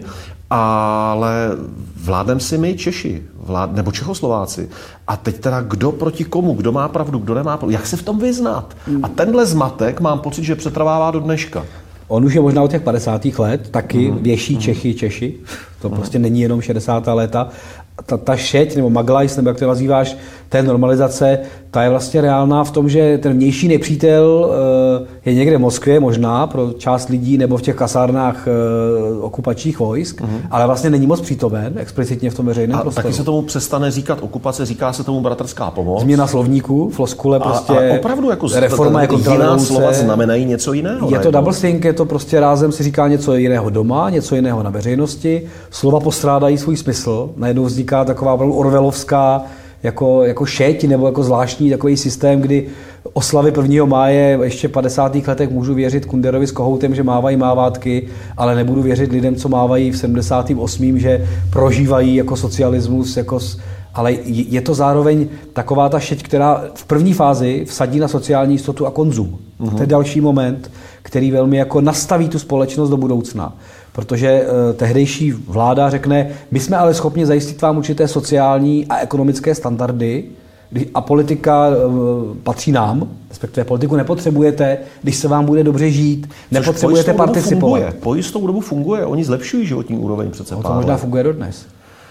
ale vládneme si my Češi, nebo Čechoslováci. A teď teda kdo proti komu, kdo má pravdu, kdo nemá pravdu, jak se v tom vyznat? A tenhle zmatek mám pocit, že přetrvává do dneška. On už je možná od těch 50. let, taky věší Češi. To prostě není jenom 60. léta. Ta šeť, nebo Maglajs, nebo jak to nazýváš, té normalizace, ta je vlastně reálná v tom, že ten vnější nepřítel je někde v Moskvě možná pro část lidí nebo v těch kasárnách okupačních vojsk, ale vlastně není moc přítomen explicitně v tom veřejném prostoru. Taky se tomu přestane říkat okupace, říká se tomu bratrská pomoc. Změna slovníku, floskule prostě. A opravdu jako reforma jako jiná slova znamenají něco jiného. Je to double think, je to prostě rázem si říká něco jiného doma, něco jiného na veřejnosti. Slova postrádají svůj smysl. Najednou vzniká taková opravdu orwellovská jako šeť nebo jako zvláštní takový systém, kdy oslavy 1. máje ještě v 50. letech můžu věřit Kunderovi s Kohoutem, že mávají mávátky, ale nebudu věřit lidem, co mávají v 78., že prožívají jako socialismus, ale je to zároveň taková ta šeť, která v první fázi vsadí na sociální jistotu a konzum. To je další moment, který velmi jako nastaví tu společnost do budoucna. Protože tehdejší vláda řekne, my jsme ale schopni zajistit vám určité sociální a ekonomické standardy a politika patří nám, respektive politiku nepotřebujete, když se vám bude dobře žít, nepotřebujete participovat. Po jistou dobu funguje, oni zlepšují životní úroveň přece. To možná funguje dodnes.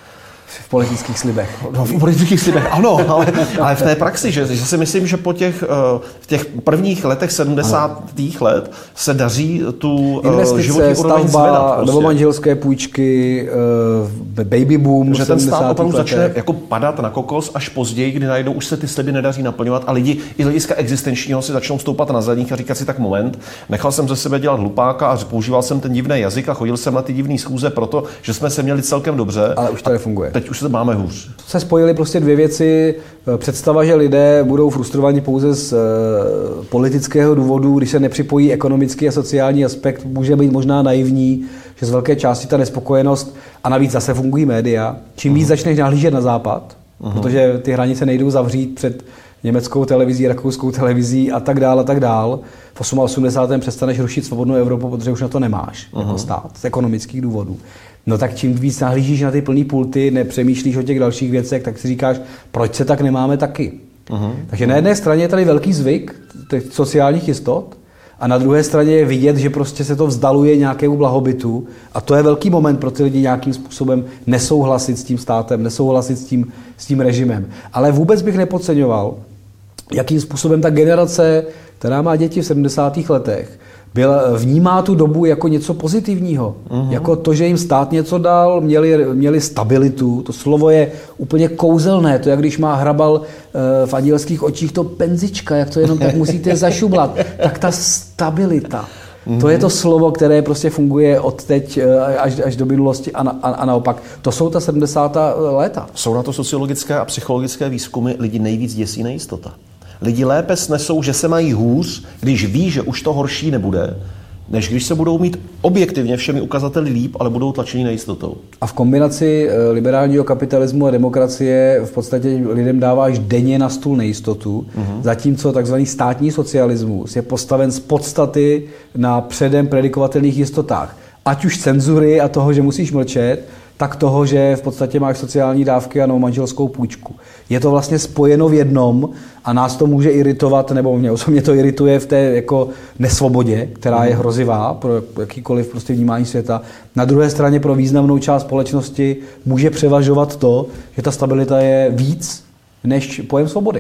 V politických slibech. No, v politických slibech, ano, ale v té praxi, že si myslím, že v těch prvních letech 70. let se daří tu životní úroveň zvedat. Prostě. Novomanželské půjčky, baby boom. Že ten stát opravdu začne jako padat na kokos až později, kdy najednou už se ty sliby nedaří naplňovat a lidi i hlediska existenčního si začnou stoupat na zadních a říkat si tak moment, nechal jsem ze sebe dělat hlupáka a používal jsem ten divný jazyk a chodil jsem na ty divný schůze proto, že jsme se měli celkem dobře. Ale už to nefunguje. Teď už se máme hůř. Se spojily prostě dvě věci. Představa, že lidé budou frustrovaní pouze z politického důvodu, když se nepřipojí ekonomický a sociální aspekt, může být možná naivní, že z velké části ta nespokojenost a navíc zase fungují média. Čím víc začneš nahlížet na západ, protože ty hranice nejdou zavřít před německou televizí, rakouskou televizí a tak dál. V 88. přestaneš rušit svobodnou Evropu, protože už na to nemáš jako stát z ekonomických důvodů. No tak čím víc nahlížíš na ty plný pulty, nepřemýšlíš o těch dalších věcech, tak si říkáš, proč se tak nemáme taky. Takže na jedné straně je tady velký zvyk těch sociálních jistot a na druhé straně je vidět, že prostě se to vzdaluje nějakému blahobytu a to je velký moment pro ty lidi nějakým způsobem nesouhlasit s tím státem, nesouhlasit s tím režimem. Ale vůbec bych nepodceňoval, jakým způsobem ta generace, která má děti v 70. letech, vnímá tu dobu jako něco pozitivního. Jako to, že jim stát něco dal, měli stabilitu. To slovo je úplně kouzelné. To je, jak když má hrabal v Andělských očích to penzička, jak to jenom tak musíte zašublat. Tak ta stabilita. To je to slovo, které prostě funguje od teď až do minulosti a naopak. To jsou ta 70. léta. Jsou na to sociologické a psychologické výzkumy, lidi nejvíc děsí nejistota. Lidi lépe snesou, že se mají hůř, když ví, že už to horší nebude, než když se budou mít objektivně všemi ukazateli líp, ale budou tlačeni nejistotou. A v kombinaci liberálního kapitalismu a demokracie v podstatě lidem dáváš denně na stůl nejistotu, zatímco takzvaný státní socialismus je postaven z podstaty na předem predikovatelných jistotách. Ať už cenzury a toho, že musíš mlčet, tak toho, že v podstatě máš sociální dávky a novomanželskou půjčku. Je to vlastně spojeno v jednom a nás to může iritovat, nebo mě osobně to irituje v té jako nesvobodě, která je hrozivá pro jakýkoliv prostě vnímání světa. Na druhé straně pro významnou část společnosti může převažovat to, že ta stabilita je víc než pojem svobody.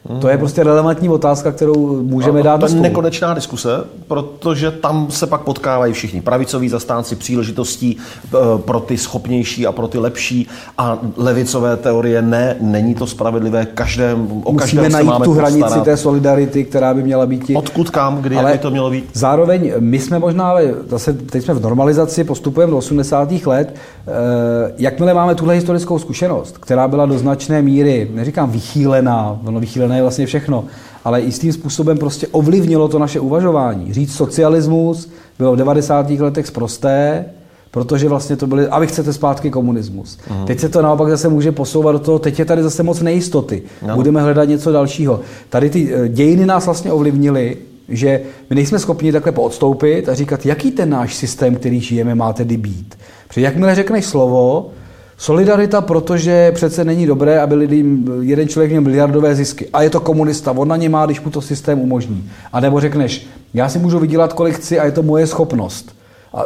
To je prostě relevantní otázka, kterou můžeme dát na stůl. To je nekonečná diskuse, protože tam se pak potkávají všichni pravicoví zastánci příležitostí pro ty schopnější a pro ty lepší a levicové teorie není to spravedlivé, musíme najít tu hranici té solidarity, která by měla být. Odkud kam, kdy, jak by to mělo být? Zároveň my jsme možná, zase teď jsme v normalizaci, postupujeme do 80. let, jakmile máme tuhle historickou zkušenost, která byla do značné míry, neříkám vychýlená, vychýlené je vlastně všechno, ale jistým způsobem prostě ovlivnilo to naše uvažování. Říct socialismus bylo v 90. letech sprosté, protože vlastně to byly, a vy chcete zpátky komunismus. Teď se to naopak zase může posouvat do toho, teď je tady zase moc nejistoty. Budeme hledat něco dalšího. Tady ty dějiny nás vlastně ovlivnily, že my nejsme schopni takhle poodstoupit a říkat, jaký ten náš systém, který žijeme, má tedy být. Protože jakmile řekneš slovo, solidarita, protože přece není dobré, aby lidem jeden člověk měl miliardové zisky. A je to komunista, on na ně má, když mu to systém umožní. A nebo řekneš, já si můžu vydělat, kolik chci a je to moje schopnost.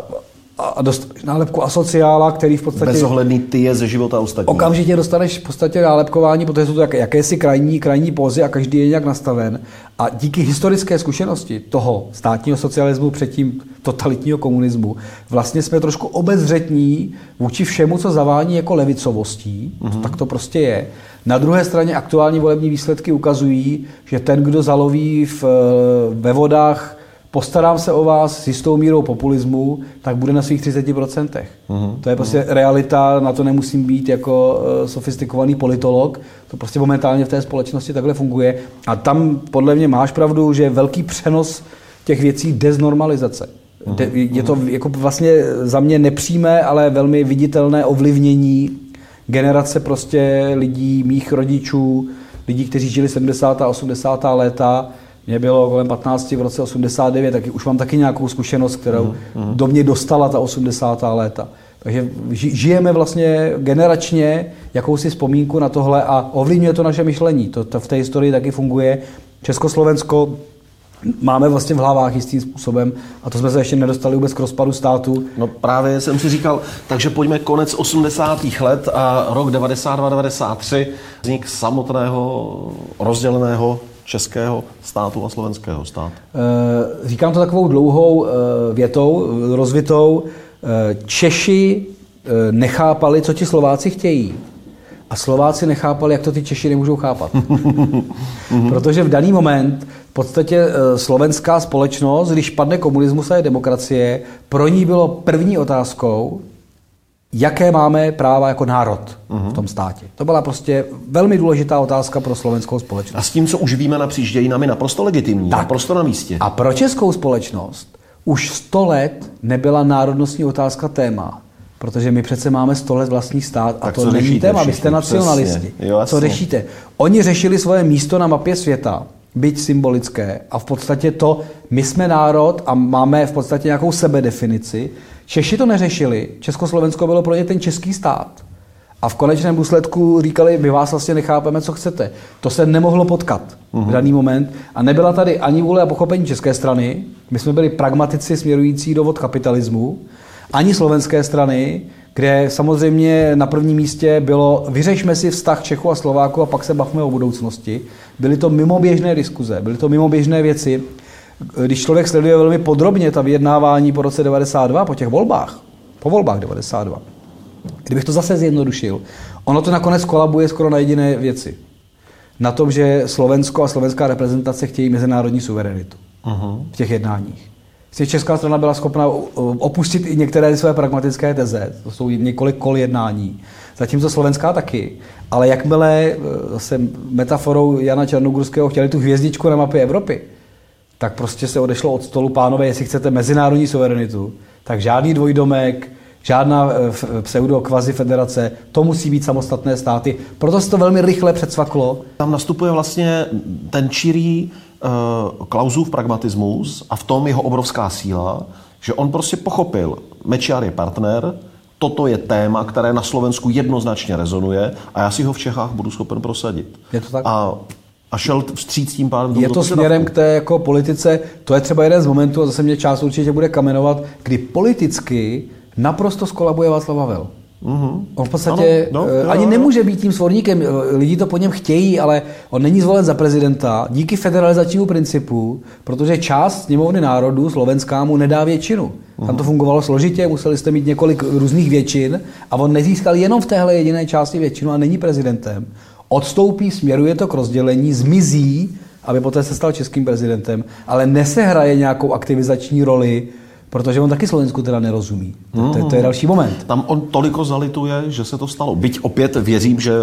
A dostaneš nálepku asociála, který v podstatě... Bezohledný ty je ze života ostatních. Okamžitě dostaneš v podstatě nálepkování, protože jsou to jakési krajní pózy a každý je nějak nastaven. A díky historické zkušenosti toho státního socialismu předtím totalitního komunismu vlastně jsme trošku obezřetní vůči všemu, co zavání jako levicovostí. Tak to prostě je. Na druhé straně aktuální volební výsledky ukazují, že ten, kdo zaloví ve vodách postarám se o vás s jistou mírou populismu, tak bude na svých 30%. To je prostě realita, na to nemusím být jako sofistikovaný politolog, to prostě momentálně v té společnosti takhle funguje. A tam podle mě máš pravdu, že je velký přenos těch věcí deznormalizace. Je to jako vlastně za mě nepřímé, ale velmi viditelné ovlivnění generace prostě lidí, mých rodičů, lidí, kteří žili 70. a 80. léta. Mě bylo kolem 15 v roce 89, tak už mám taky nějakou zkušenost, kterou do mě dostala ta 80. léta. Takže žijeme vlastně generačně jakousi vzpomínku na tohle a ovlivňuje to naše myšlení. To v té historii taky funguje. Československo máme vlastně v hlavách jistým způsobem a to jsme se ještě nedostali vůbec k rozpadu státu. No právě jsem si říkal, takže pojďme konec 80. let a rok 92-93, vznik samotného rozděleného českého státu a slovenského státu. Říkám to takovou dlouhou větou, rozvitou. Češi nechápali, co ti Slováci chtějí. A Slováci nechápali, jak to ty Češi nemůžou chápat. Protože v daný moment v podstatě slovenská společnost, když padne komunismus a je demokracie, pro ní bylo první otázkou, jaké máme práva jako národ v tom státě. To byla prostě velmi důležitá otázka pro slovenskou společnost. A s tím, co už víme napříč dějinami, naprosto legitimní, naprosto na místě. A pro českou společnost už 100 let nebyla národnostní otázka téma. Protože my přece máme 100 let vlastní stát a to není téma, vy jste nacionalisti. Co řešíte? Oni řešili svoje místo na mapě světa, byť symbolické, a v podstatě to, my jsme národ a máme v podstatě nějakou sebedefinici. Češi to neřešili, Československo bylo pro ně ten český stát. A v konečném důsledku říkali, my vás vlastně nechápeme, co chcete. To se nemohlo potkat v daný moment a nebyla tady ani vůle a pochopení české strany. My jsme byli pragmatici směrující do vod kapitalismu, ani slovenské strany, kde samozřejmě na prvním místě bylo vyřešme si vztah Čechů a Slováků a pak se bavme o budoucnosti. Byly to mimoběžné diskuze, byly to mimoběžné věci. Když člověk sleduje velmi podrobně ta vyjednávání po roce 92, po těch volbách, po volbách 92, kdybych to zase zjednodušil, ono to nakonec kolabuje skoro na jediné věci. Na tom, že Slovensko a slovenská reprezentace chtějí mezinárodní suverenitu v těch jednáních. Česká strana byla schopna opustit i některé své pragmatické teze, to jsou několik kol jednání, zatímco slovenská taky, ale jakmile zase metaforou Jana Černogurského chtěli tu hvězdičku na mapě Evropy, tak prostě se odešlo od stolu, pánové, jestli chcete mezinárodní suverenitu, tak žádný dvojdomek, žádná pseudo-kvazi federace, to musí být samostatné státy. Proto se to velmi rychle předsvaklo. Tam nastupuje vlastně ten čirý Klausův pragmatismus a v tom jeho obrovská síla, že on prostě pochopil, Mečiar je partner, toto je téma, které na Slovensku jednoznačně rezonuje a já si ho v Čechách budu schopen prosadit. Je to tak? A šel vstříc tím pádem. Je to směrem k té jako politice, to je třeba jeden z momentů, a zase mě část určitě bude kamenovat, kdy politicky naprosto skolabuje Václav Havel. On v podstatě ani nemůže být tím svorníkem. Lidi to po něm chtějí, ale on není zvolen za prezidenta díky federalizačnímu principu, protože část sněmovny národů slovenská mu nedá většinu. Tam to fungovalo složitě, museli jste mít několik různých většin a on nezískal jenom v téhle jediné části většinu a není prezidentem. Odstoupí, směruje to k rozdělení, zmizí, aby poté se stal českým prezidentem, ale nesehraje nějakou aktivizační roli, protože on taky Slovensku teda nerozumí. To je další moment. Tam on toliko zalituje, že se to stalo. Byť opět věřím, že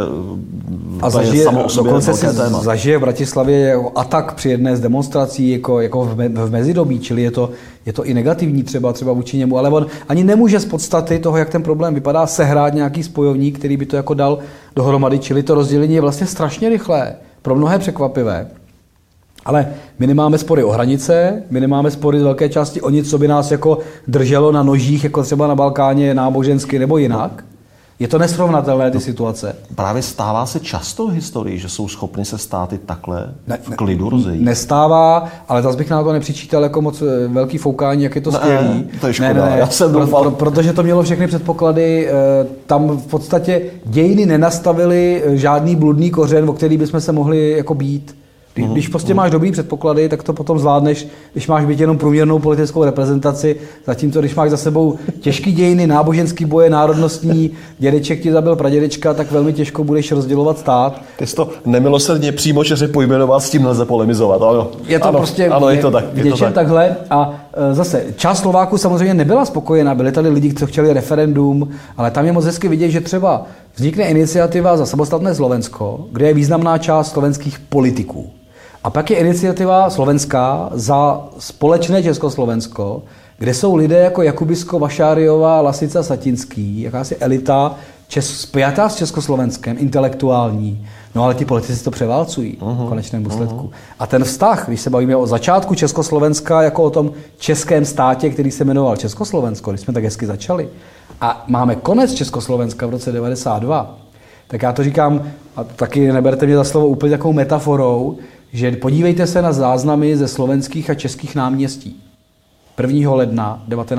a zažije, je samo o sobě dokonce si téma. zažije v Bratislavě jako atak při jedné z demonstrací jako v mezidobí, čili je to i negativní třeba vůči němu, ale on ani nemůže z podstaty toho, jak ten problém vypadá, sehrát nějaký spojovník, který by to jako dal dohromady, čili to rozdělení je vlastně strašně rychlé, pro mnohé překvapivé. Ale my nemáme spory o hranice, my nemáme spory z velké části o nic, co by nás jako drželo na nožích, jako třeba na Balkáně nábožensky nebo jinak. Je to nesrovnatelné, ty situace. Právě stává se často v historii, že jsou schopni se státy takhle v klidu rozejít. Nestává, ale zase bych na to nepřičítal jako moc velký foukání, jak je to skvělý. To je škoda, já jsem doufal. Protože to mělo všechny předpoklady, tam v podstatě dějiny nenastavily žádný bludný kořen, o který bychom se mohli jako být. Když prostě máš dobrý předpoklady, tak to potom zvládneš, když máš být jenom průměrnou politickou reprezentaci, zatímco když máš za sebou těžký dějiny, náboženský boje, národnostní, dědeček ti zabil pradědečka, tak velmi těžko budeš rozdělovat stát. Ty jsi to nemilosrdně přímočaře pojmenovat, s tím nelze polemizovat. Ano. Je to prostě je to tak, v něčem takhle. A zase, část Slováků samozřejmě nebyla spokojená, byli tady lidi, co chtěli referendum, ale tam je moc hezky vidět, že třeba vznikne iniciativa za samostatné Slovensko, kde je významná část slovenských politiků. A pak je iniciativa slovenská za společné Československo, kde jsou lidé jako Jakubisko, Vašáriová, Lasica, Satinský, jakási elita spjatá s Československem, intelektuální. No ale ti politici to převálcují v konečném důsledku. A ten vztah, když se bavíme o začátku Československa, jako o tom českém státě, který se jmenoval Československo, když jsme tak hezky začali, a máme konec Československa v roce 92, tak já to říkám, a taky neberte mě za slovo úplně takovou metaforou, že podívejte se na záznamy ze slovenských a českých náměstí. 1. ledna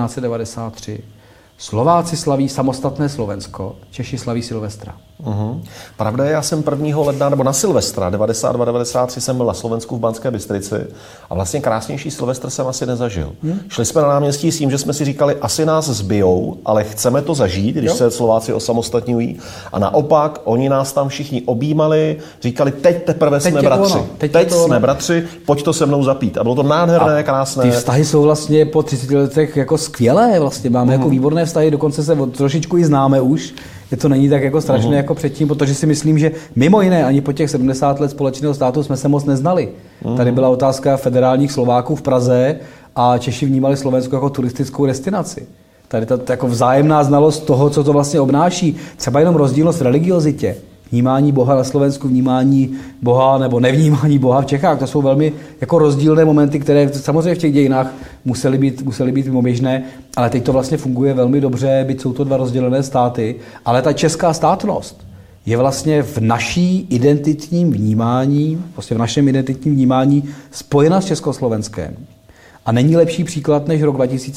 1993 Slováci slaví samostatné Slovensko, Češi slaví Silvestra. Pravda je, já jsem 1. ledna, nebo na Silvestra 92-93 jsem byl na Slovensku v Banské Bystrici a vlastně krásnější Silvestr jsem asi nezažil. Šli jsme na náměstí s tím, že jsme si říkali, asi nás zbijou, ale chceme to zažít, když se Slováci osamostatňují. A naopak, oni nás tam všichni objímali, říkali, teď teprve jsme bratři. Teď jsme bratři, pojď to se mnou zapít. A bylo to nádherné, krásné. Ty vztahy jsou vlastně po 30 letech jako skvělé, vlastně máme jako výborné vztahy, dokonce se trošičku i známe už. Je to není tak jako strašné jako předtím, protože si myslím, že mimo jiné ani po těch 70 let společného státu jsme se moc neznali. Tady byla otázka federálních Slováků v Praze a Češi vnímali Slovensko jako turistickou destinaci. Tady ta jako vzájemná znalost toho, co to vlastně obnáší. Třeba jenom rozdílnost v religiozitě. Vnímání Boha na Slovensku, vnímání Boha nebo nevnímání Boha v Čechách. To jsou velmi jako rozdílné momenty, které samozřejmě v těch dějinách musely být mimoměžné, ale teď to vlastně funguje velmi dobře, byť jsou to dva rozdělené státy, ale ta česká státnost je vlastně v naší identitním vnímání, vlastně v našem identitním vnímání spojena s Československem. A není lepší příklad než rok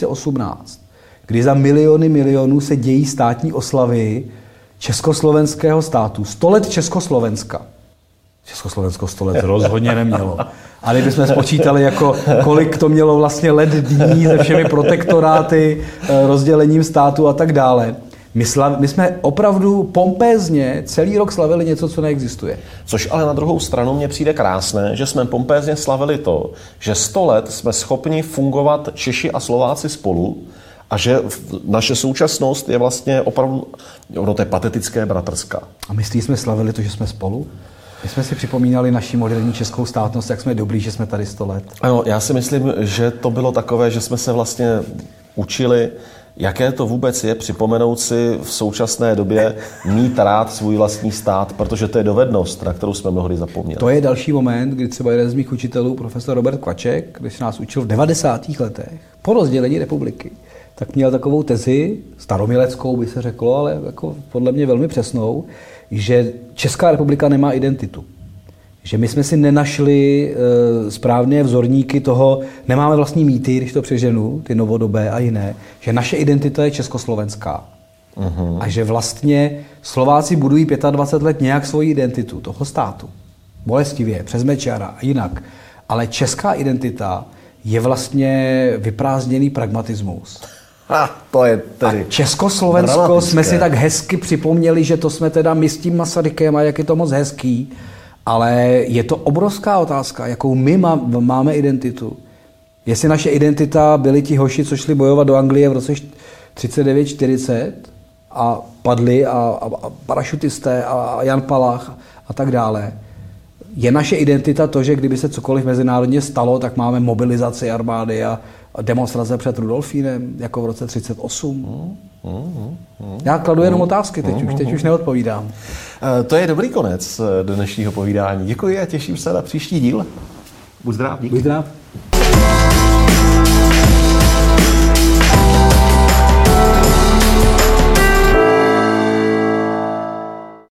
2018, kdy za milionů se dějí státní oslavy československého státu. 100 let Československa. Československo 100 let rozhodně nemělo. A kdybychom spočítali, jako, kolik to mělo vlastně let dní se všemi protektoráty, rozdělením státu a tak dále. My jsme opravdu pompézně celý rok slavili něco, co neexistuje. Což ale na druhou stranu mně přijde krásné, že jsme pompézně slavili to, že 100 let jsme schopni fungovat Češi a Slováci spolu, a že naše současnost je vlastně opravdu, to je patetické, bratrská. A myslí jsme slavili to, že jsme spolu? My jsme si připomínali naši moderní českou státnost, jak jsme dobrý, že jsme tady 100 let. Ano, já si myslím, že to bylo takové, že jsme se vlastně učili, jaké to vůbec je připomenout si v současné době mít rád svůj vlastní stát, protože to je dovednost, na kterou jsme mnohdy zapomněli. To je další moment, kdy třeba jeden z mých učitelů, profesor Robert Kvaček, když nás učil v 90. letech po rozdělení republiky, tak měl takovou tezi, staromileckou by se řeklo, ale jako podle mě velmi přesnou, že Česká republika nemá identitu. Že my jsme si nenašli správné vzorníky toho, nemáme vlastní mýty, když to přeženu, ty novodobé a jiné, že naše identita je československá. A že vlastně Slováci budují 25 let nějak svoji identitu toho státu. Bolestivě, přes Mečiara a jinak. Ale česká identita je vlastně vyprázdněný pragmatismus. To je tedy Československo dramatické. jsme si tak hezky připomněli, že to jsme teda my s tím Masarykem a jak je to moc hezký, ale je to obrovská otázka, jakou my máme identitu. Jestli naše identita byli ti hoši, co šli bojovat do Anglie v roce 39-40 a padli a parašutisté a Jan Palach a tak dále. Je naše identita to, že kdyby se cokoliv mezinárodně stalo, tak máme mobilizaci armády a demonstrace před Rudolfínem, jako v roce 38? Já kladu jenom otázky, teď už neodpovídám. To je dobrý konec dnešního povídání. Děkuji a těším se na příští díl. Buď zdrav. Buď zdrav.